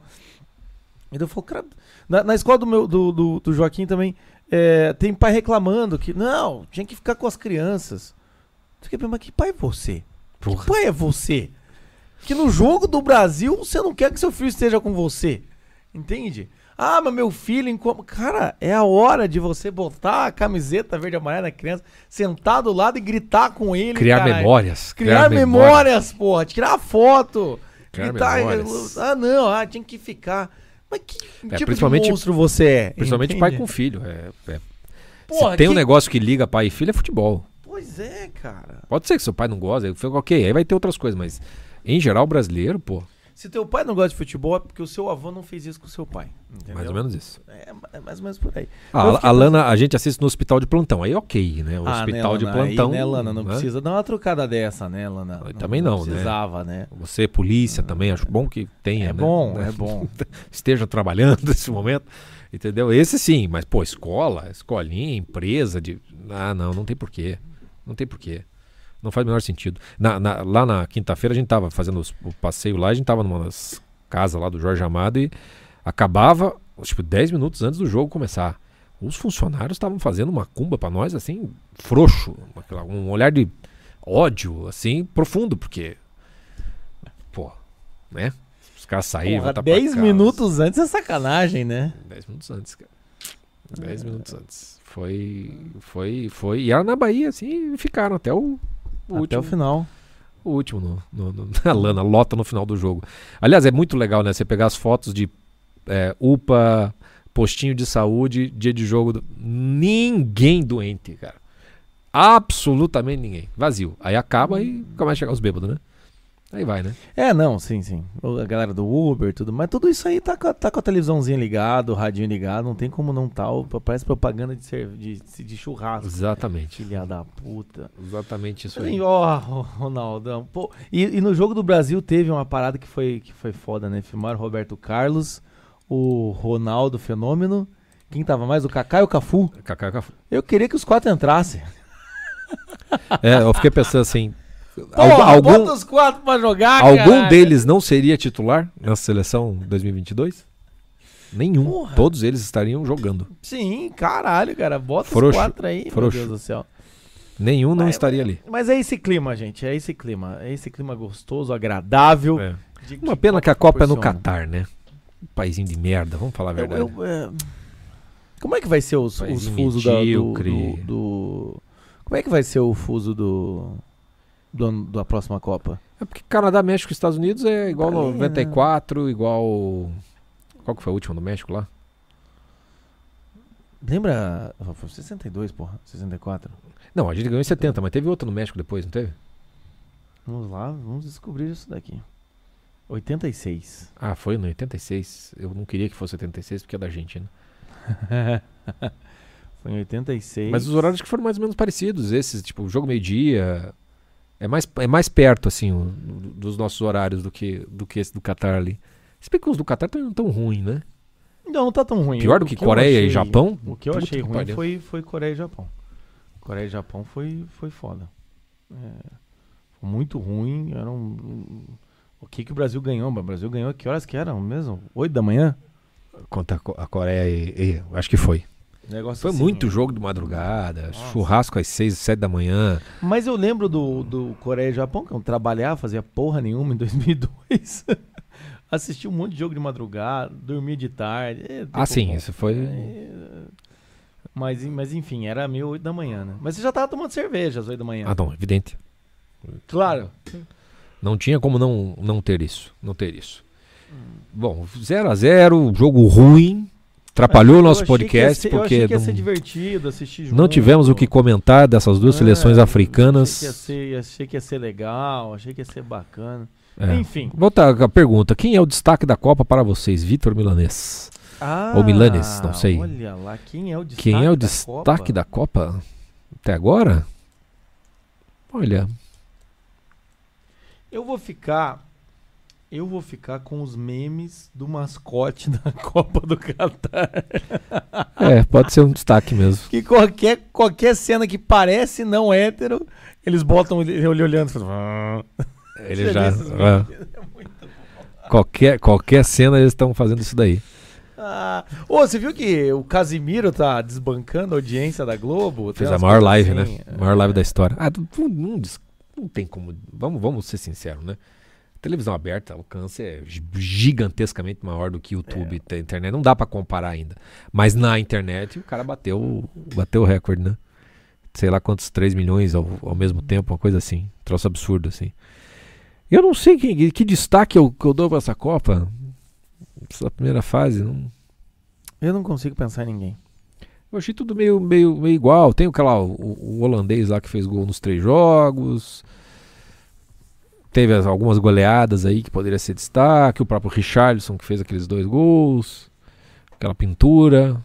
A: E daí eu falo, cara, na, na escola do, meu, do, do, do Joaquim também, é, tem pai reclamando que, não, tinha que ficar com as crianças. Eu fiquei pensando, mas que pai é você? Que
B: Porra.
A: pai é você? Que no jogo do Brasil você não quer que seu filho esteja com você. Entende? Ah, mas meu filho... Incom... Cara, é a hora de você botar a camiseta verde e amarela na criança, sentar do lado e gritar com ele,
B: Criar
A: caralho.
B: memórias.
A: Criar memórias, porra. Tirar foto.
B: Criar
A: gritar,
B: memórias.
A: Ah, não. Ah, tinha que ficar. Mas que
B: É,
A: tipo
B: principalmente-
A: de monstro você é?
B: Principalmente
A: entende?
B: pai com filho. É, é.
A: Porra,
B: Se tem um
A: que-
B: negócio que liga pai e filho, é futebol.
A: Pois é, cara.
B: Pode ser que seu pai não gosta, aí fica ok, aí vai ter outras coisas, mas em geral, brasileiro, pô,
A: Se teu pai não gosta de futebol, é porque o seu avô não fez isso com o seu pai. Entendeu?
B: mais ou menos isso.
A: É, é mais ou menos por aí.
B: Ah,
A: Eu
B: a,
A: fiquei
B: a Lana, a gente assiste no hospital de plantão, aí ok, né? O
A: Ah,
B: hospital
A: né,
B: de
A: Lana?
B: plantão.
A: Aí, né, Lana? Não
B: né?
A: precisa dar uma trocada dessa, né, Lana?
B: Aí também não, né?
A: precisava, né?
B: Você, polícia também, acho bom que tenha,
A: É
B: né?
A: bom,
B: Né?
A: é bom.
B: Esteja trabalhando nesse momento, entendeu? Esse sim, mas pô, escola, escolinha, empresa, de... ah, não, não tem porquê. Não tem porquê. Não faz o menor sentido. Na- na- lá na quinta-feira a gente tava fazendo os- o passeio lá, a gente tava numa das casas lá do Jorge Amado e acabava, tipo, dez minutos antes do jogo começar. Os funcionários estavam fazendo uma cumba pra nós, assim, frouxo. aquela- Um olhar de ódio, assim, profundo, porque, pô, né? Os caras saíram,
A: Porra,
B: voltar pra
A: dez
B: casa.
A: minutos antes é sacanagem, né?
B: dez minutos antes, cara. dez minutos antes. Foi, foi, foi. E era na Bahia, assim, e ficaram até o, o
A: Até
B: último.
A: o final.
B: O último, no, no, no- a Lana lota no final do jogo. Aliás, é muito legal, né? Você pegar as fotos de é, U P A, postinho de saúde, dia de jogo. do- Ninguém doente, cara. Absolutamente ninguém. Vazio. Aí acaba e começa a chegar os bêbados, né? Aí vai, né?
A: É, não, sim, sim. O- A galera do Uber e tudo, mas tudo isso aí tá com, a, tá com a televisãozinha ligada, o radinho ligado, não tem como não tá. o- Parece propaganda de, cerve- de, de churrasco.
B: Exatamente.
A: Filha da puta.
B: Exatamente isso
A: Assim,
B: aí.
A: ó, Ronaldão. Pô, e, e no jogo do Brasil teve uma parada que foi, que foi foda, né? Filmaram o Roberto Carlos, o Ronaldo Fenômeno. Quem tava mais? O Kaká e o Cafu.
B: Cacá, Cafu.
A: Eu queria que os quatro entrassem.
B: É, eu fiquei pensando assim.
A: Porra,
B: algum
A: bota os quatro pra jogar,
B: algum
A: caralho.
B: deles não seria titular na seleção dois mil e vinte e dois? Nenhum.
A: Porra.
B: Todos eles estariam jogando.
A: Sim, caralho, cara. Bota
B: Frouxo,
A: os quatro aí,
B: frouxo.
A: meu Deus do céu.
B: Nenhum não
A: Mas-
B: estaria ali.
A: Mas é esse clima, gente. É esse clima. É esse clima gostoso, agradável.
B: É.
A: de
B: Uma pena que a Copa é no
A: proporciona.
B: Catar, né? Um paísinho de merda, vamos falar a
A: Eu-
B: verdade.
A: eu, é, Como é que vai ser os, os
B: Paísinho
A: fusos da- do,
B: medíocre.
A: do, do- Como é que vai ser o fuso do, do ano- da próxima Copa?
B: É porque Canadá, México e Estados Unidos é igual
A: Tá ali,
B: noventa e quatro, igual... Qual que foi a última do México lá?
A: Lembra? Foi sessenta e dois, porra. sessenta e quatro.
B: Não, a gente ganhou em setenta, mas teve outra no México depois, não teve?
A: Vamos lá, vamos descobrir isso daqui. oitenta e seis.
B: Ah, foi no oitenta e seis. Eu não queria que fosse oitenta e seis porque é da Argentina.
A: Foi em oitenta e seis.
B: Mas os horários que foram mais ou menos parecidos. Esses, tipo, o jogo meio-dia. É mais, é mais perto, assim, o- dos nossos horários do que, do que esse do Catar ali. Se bem que os do Catar estão tão ruim, né?
A: Não, não tá tão ruim.
B: Pior do
A: O
B: que
A: eu
B: Coreia e
A: achei-
B: Japão?
A: O que eu
B: Puta
A: achei
B: que
A: ruim
B: pariu.
A: foi, foi Coreia e Japão. Coreia e Japão foi, foi foda. É, foi muito ruim. Era um, um- o que, que o Brasil ganhou? O Brasil ganhou que horas que eram mesmo? oito da manhã?
B: Contra a Co- a Coreia e, e- Acho que foi.
A: Negócio
B: Foi
A: assim,
B: muito
A: é.
B: jogo de madrugada,
A: Nossa.
B: churrasco às seis, sete da manhã.
A: Mas eu lembro do, do Coreia e Japão, que eu trabalhava, fazia porra nenhuma em dois mil e dois. Assisti um monte de jogo de madrugada, dormia de tarde. é,
B: Ah,
A: tempo
B: sim,
A: bom.
B: isso foi.
A: É, Mas, mas enfim, era meio oito da manhã, né? Mas você já tava tomando cerveja às oito da manhã.
B: Ah, não, evidente.
A: Claro.
B: Não tinha como não, não ter isso. Não ter isso. Bom, zero a zero, jogo ruim. Atrapalhou o
A: Eu
B: nosso
A: achei que ia
B: podcast
A: ser- eu
B: porque
A: achei que ia
B: não,
A: ser divertido assistir junto.
B: não tivemos o que comentar dessas duas
A: É,
B: seleções
A: Achei que, ia
B: africanas.
A: ser, achei que ia ser legal, achei que ia ser bacana.
B: É.
A: Enfim.
B: Volta a pergunta. Quem é o destaque da Copa para vocês? Vitor Milanês.
A: Ah,
B: Ou Milanes, não sei.
A: Olha lá, quem é o destaque
B: Quem é o
A: da
B: destaque
A: Copa?
B: da Copa? Até agora? Olha.
A: Eu vou ficar... Eu vou ficar com os memes do mascote da Copa do Catar.
B: É, pode ser um destaque mesmo.
A: Que qualquer, qualquer cena que parece não hétero, eles botam ele olhando. Fazendo...
B: Ele já. Ah, qualquer, qualquer cena eles estão fazendo isso daí.
A: Ah, ô, você viu que o Casimiro tá desbancando a audiência da Globo? Tem
B: Fez a
A: umas
B: maior
A: coisas
B: live,
A: assim,
B: né? A maior live
A: é.
B: da história. Ah, não, não, não tem como. Vamos, vamos ser sinceros, né? Televisão aberta, o alcance é gigantescamente maior do que YouTube e internet. Não dá pra comparar ainda. Mas na internet o cara bateu, bateu o recorde, né? Sei lá quantos, três milhões ao, ao mesmo tempo, uma coisa assim. Troço absurdo, assim. Eu não sei que, que destaque eu, que eu dou pra essa Copa. Essa primeira fase, não...
A: Eu não consigo pensar em ninguém.
B: Eu achei tudo meio, meio, meio igual. Tem aquela, o, o holandês lá que fez gol nos três jogos. Teve as- algumas goleadas aí que poderia ser destaque. O próprio Richarlison que fez aqueles dois gols. Aquela pintura.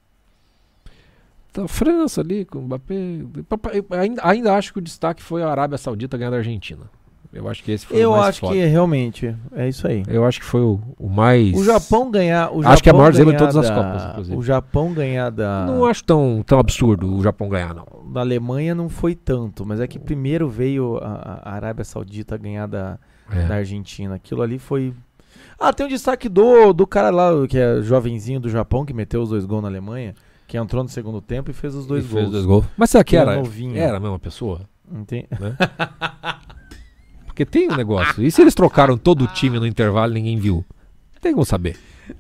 B: Então, a França ali com o Mbappé. Eu ainda, ainda acho que o destaque foi a Arábia Saudita ganhar da Argentina. Eu acho que esse foi
A: Eu
B: o mais
A: acho
B: foda.
A: que realmente é isso aí.
B: Eu acho que foi o, o mais...
A: O Japão ganhar. O
B: Acho que é a
A: Japão
B: maior zebra de
A: ganhar
B: todas as
A: da-
B: Copas, inclusive.
A: O Japão ganhar da,
B: Não acho tão, tão absurdo o Japão ganhar, não.
A: da Alemanha não foi tanto, mas é que primeiro veio a, a Arábia Saudita ganhar da,
B: É.
A: da Argentina. Aquilo ali foi. Ah, tem um destaque do, do cara lá, que é jovenzinho do Japão, que meteu os dois gols na Alemanha, que entrou no segundo tempo e fez os dois
B: E
A: gols.
B: fez dois gols. Mas será que
A: Ele é
B: era,
A: novinho.
B: era a mesma pessoa?
A: Enten-
B: Né? Porque tem um negócio. E se eles trocaram todo o time no intervalo e ninguém viu? Tem como saber.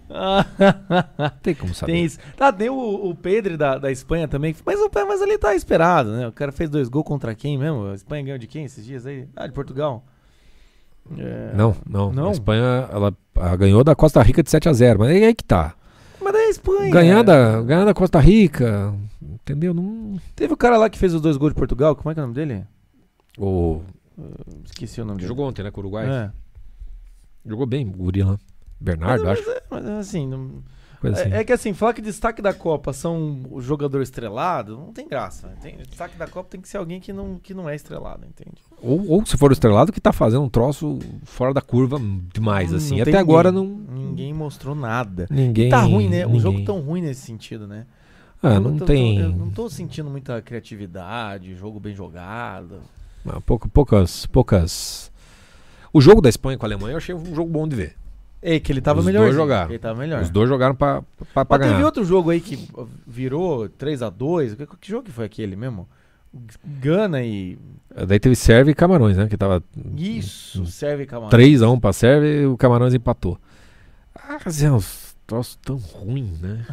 B: Tem como saber.
A: Tem isso. Tá, tem o, o Pedro da, da Espanha também. Mas, o, mas ali tá esperado, né? O cara fez dois gols contra quem mesmo? A Espanha ganhou de quem esses dias aí? Ah, de Portugal. É,
B: Não, não,
A: Não?
B: A Espanha ela, ela ganhou da Costa Rica de sete a zero. Mas aí, aí que tá.
A: Mas daí a Espanha.
B: Ganhar da, ganhar da Costa Rica. Entendeu? Não.
A: Teve o cara lá que fez os dois gols de Portugal. Como é que é o nome dele?
B: O...
A: Esqueci o nome dele.
B: Jogou ontem, né? Com o Uruguai.
A: É.
B: Jogou bem, o Guri lá. Bernardo,
A: mas,
B: acho.
A: Mas, é- mas assim, não-
B: Coisa assim.
A: é, é que assim, falar que destaque da Copa são o jogador estrelado, não tem graça. Né? Tem, destaque da Copa tem que ser alguém que não, que não é estrelado, entende?
B: Ou, ou se for o estrelado, que tá fazendo um troço fora da curva demais,
A: Não
B: assim.
A: tem
B: Até
A: ninguém.
B: agora não.
A: Ninguém mostrou nada.
B: Ninguém.
A: Tá ruim, né? O
B: ninguém.
A: jogo tão ruim nesse sentido, né?
B: Ah,
A: Eu
B: não
A: tô-
B: tem.
A: tô- eu não tô sentindo muita criatividade, jogo bem jogado.
B: Ah, pouca- poucas, poucas. O jogo da Espanha com a Alemanha eu achei um jogo bom de ver.
A: É que ele tava
B: Os
A: melhor.
B: dois jogaram.
A: Ele tava melhor.
B: Os dois jogaram pra, pra, pra
A: Mas teve
B: ganhar.
A: outro jogo aí que virou três a dois. Que, que jogo que foi aquele mesmo? Gana e.
B: Daí teve Sérvia e Camarões, né? Que tava
A: Isso, serve Camarões.
B: três a um pra Sérvia e o Camarões empatou. Ah, mas é uns troços tão ruins, né?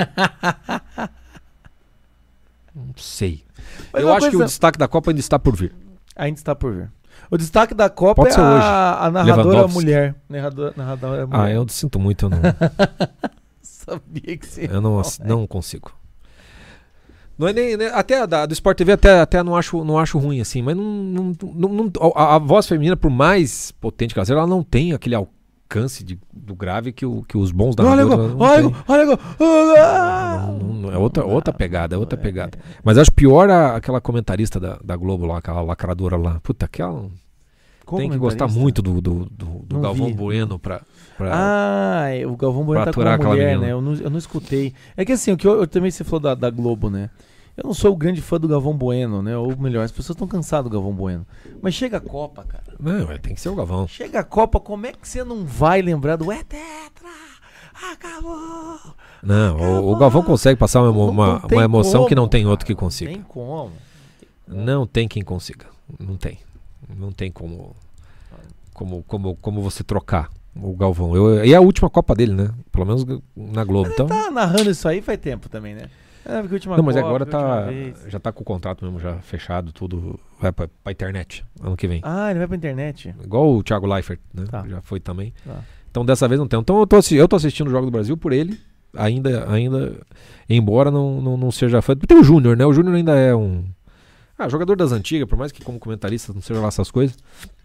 B: Não sei.
A: Mas
B: eu
A: uma
B: acho que o
A: coisa-
B: destaque da Copa ainda está por vir.
A: Ainda está por ver. O destaque da Copa
B: Pode
A: é
B: ser hoje.
A: a, a narradora
B: Lewandowski.
A: mulher. Narradora, narradora mulher.
B: Ah, eu sinto muito, eu não,
A: sabia que você.
B: eu não, não consigo. Não é nem, né, até a da, do Sport T V até, até não, acho, não acho ruim assim, mas não, não, não- não- a, a voz feminina, por mais potente que ela seja, ela não tem aquele alcance de- do grave que, o, que os bons
A: Olha,
B: narradores
A: gol,
B: não
A: olha,
B: têm.
A: gol, olha, gol. Ah!
B: Não, não, não, é outra, outra pegada, é outra pegada. Mas acho pior a- aquela comentarista da, da Globo lá, aquela lacradora lá. Puta, aquela
A: Qual
B: tem que gostar
A: comentarista?
B: muito do, do, do, do
A: Não
B: Galvão
A: vi.
B: Bueno pra... pra
A: Ah, é, o Galvão Bueno
B: pra
A: tá com
B: aturar
A: uma
B: aquela
A: mulher,
B: menina.
A: né? Eu não, eu não escutei. É que assim, o que eu, eu também você falou da, da Globo, né? Eu não sou o grande fã do Galvão Bueno, né? Ou melhor, as pessoas estão cansadas do Galvão Bueno. Mas chega a Copa, cara.
B: Não, é, tem que ser o Galvão.
A: Chega a Copa, como é que você não vai lembrar do É Tetra? Acabou!
B: Não, o,
A: Acabou!
B: o Galvão consegue passar uma, emo-
A: Não-
B: uma,
A: não tem
B: uma emoção que não
A: como,
B: tem outro que
A: cara,
B: consiga.
A: Não tem como.
B: Não tem quem consiga. Não tem. Não tem como como, como, como você trocar o Galvão. Eu, e é a última Copa dele, né? Pelo menos na Globo. Então,
A: Tá narrando isso aí faz tempo também, né? É, porque a última
B: não, mas
A: Copa,
B: agora
A: a última
B: tá,
A: vez.
B: já tá com o contrato mesmo já fechado, tudo. Vai pra, pra internet ano que vem.
A: Ah, ele vai pra internet.
B: Igual o Thiago Leifert, né?
A: Tá.
B: Já foi também.
A: Tá.
B: Então dessa vez não tem. Então eu tô, assi- eu tô assistindo o Jogo do Brasil por ele. Ainda, ainda embora não, não, não seja fã. Tem o Júnior, né? O Júnior ainda é um ah, jogador das antigas, por mais que como comentarista não seja lá essas coisas.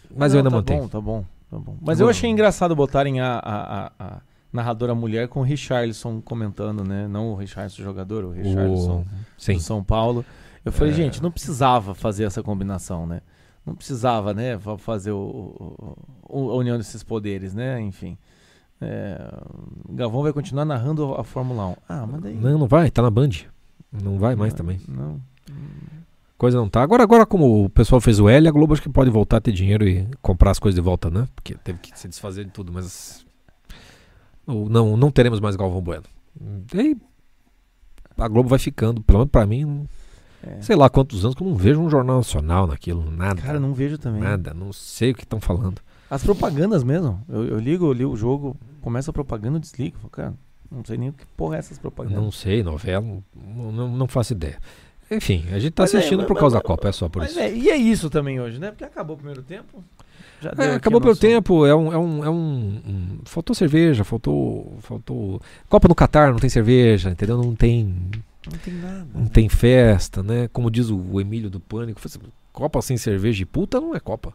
B: Mas
A: Não,
B: eu ainda
A: tá
B: mantenho.
A: Bom, tá bom, tá bom. Mas
B: Vou-
A: eu achei engraçado botarem a, a, a, a narradora mulher com o Richarlison comentando, né? Não o Richarlison jogador, o Richarlison
B: O... Sim.
A: do São Paulo. Eu falei,
B: É.
A: gente, não precisava fazer essa combinação, né? Não precisava, né? fa- Fazer o, o- o- a união desses poderes, né? Enfim. É, o Galvão vai continuar narrando a Fórmula um. Ah, mas daí...
B: Não, não vai, tá na Band. Não vai mais
A: não,
B: também.
A: Não.
B: Coisa não tá. Agora, agora como o pessoal fez o L, a Globo acho que pode voltar a ter dinheiro e comprar as coisas de volta, né? Porque teve que se desfazer de tudo, mas... Ou não, não teremos mais Galvão Bueno. E aí, a Globo vai ficando, pelo menos pra mim, não-
A: É.
B: sei lá quantos anos que eu não vejo um jornal nacional naquilo, nada.
A: Cara, não vejo também.
B: Nada, não sei o que estão falando.
A: As propagandas mesmo. Eu, eu ligo, eu ligo o jogo, começa a propaganda, eu desligo. Falo, cara, não sei nem o que porra é essas propagandas.
B: Não sei, novela, não, não, não faço ideia. Enfim, a gente tá
A: Mas é,
B: assistindo
A: mas-
B: por causa
A: mas-
B: da Copa, é só por
A: Mas
B: isso.
A: é, e é isso também hoje, né? Porque acabou o primeiro tempo. Já deu
B: É,
A: aqui
B: acabou
A: a
B: pelo
A: noção.
B: tempo, é um, é um, é um, um- faltou cerveja, faltou, faltou... Copa no Catar não tem cerveja, entendeu? Não tem,
A: Não tem nada.
B: não tem festa, né? Como diz o, o Emílio do Pânico, fala assim, Copa sem cerveja e puta não é Copa.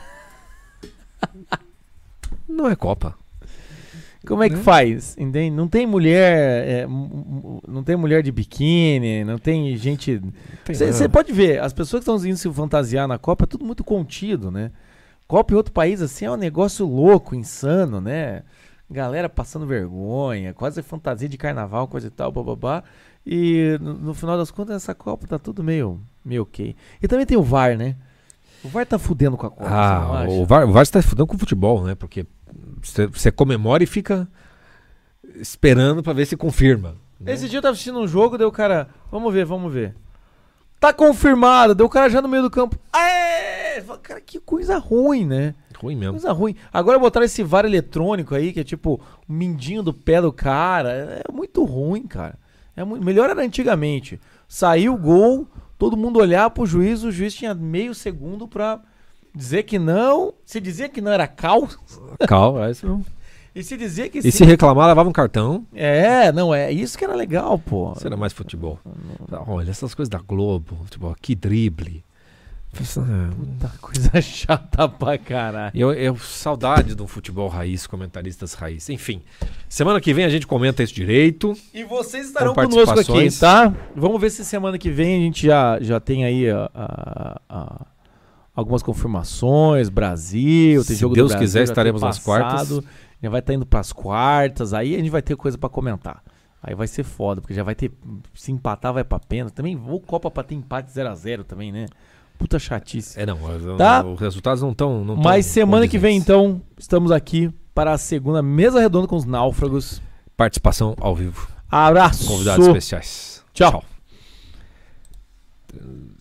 B: Não é Copa.
A: Como é que
B: Né?
A: faz? Entende? Não tem mulher, é, m- m- não tem mulher de biquíni, não tem gente.
B: Tem
A: Você
B: nada.
A: pode ver, as pessoas que estão indo se fantasiar na Copa é tudo muito contido, né? Copa em outro país assim é um negócio louco, insano, né? Galera passando vergonha, quase fantasia de carnaval, coisa e tal, bababá. E no, no final das contas essa Copa tá tudo meio, meio ok. E também tem o V A R, né? O V A R tá fudendo com a Copa, você não
B: Ah,
A: acha?
B: o V A R, o V A R está fudendo com o futebol, né? Porque você, você comemora e fica esperando pra ver se confirma. né?
A: Esse dia eu tava assistindo um jogo, deu o cara. Vamos ver, vamos ver. Tá confirmado, deu o cara já no meio do campo. Aê! Fala, cara, que coisa ruim, né?
B: Ruim mesmo.
A: Coisa ruim. Agora botaram esse V A R eletrônico aí, que é tipo o mindinho do pé do cara. É muito ruim, cara. É muito... Melhor era antigamente. Saiu o gol, todo mundo olhar pro juiz, o juiz tinha meio segundo pra dizer que não. Se dizia que não era cal,
B: Calma, isso não.
A: e se dizia que
B: E
A: sim.
B: se reclamar, levava um cartão.
A: É, não, é isso que era legal, pô.
B: Isso era mais futebol. Olha, essas coisas da Globo, tipo, que drible. Ah,
A: Puta coisa chata pra caralho.
B: Eu, eu saudade do futebol raiz, comentaristas raiz. Enfim, semana que vem a gente comenta isso direito.
A: E vocês estarão
B: Com
A: conosco aqui,
B: participações.
A: tá? Vamos ver se semana que vem a gente já, já tem aí a- a- a- algumas confirmações. Brasil, tem
B: Se
A: jogo
B: Deus
A: do Brasil,
B: quiser,
A: já
B: estaremos
A: tem
B: nas quartas.
A: passado, Já vai estar indo pras quartas. Aí a gente vai ter coisa pra comentar. Aí vai ser foda, porque já vai ter. Se empatar, vai pra pênalti. Também vou Copa pra ter empate zero a zero também, né? Puta chatice.
B: É, não, os-
A: Tá.
B: os resultados não estão. Não
A: Mas
B: tão
A: semana que vem,
B: condizentes.
A: então, estamos aqui para a segunda mesa redonda com os náufragos.
B: Participação ao vivo.
A: Abraço.
B: Convidados especiais.
A: Tchau.
B: Tchau.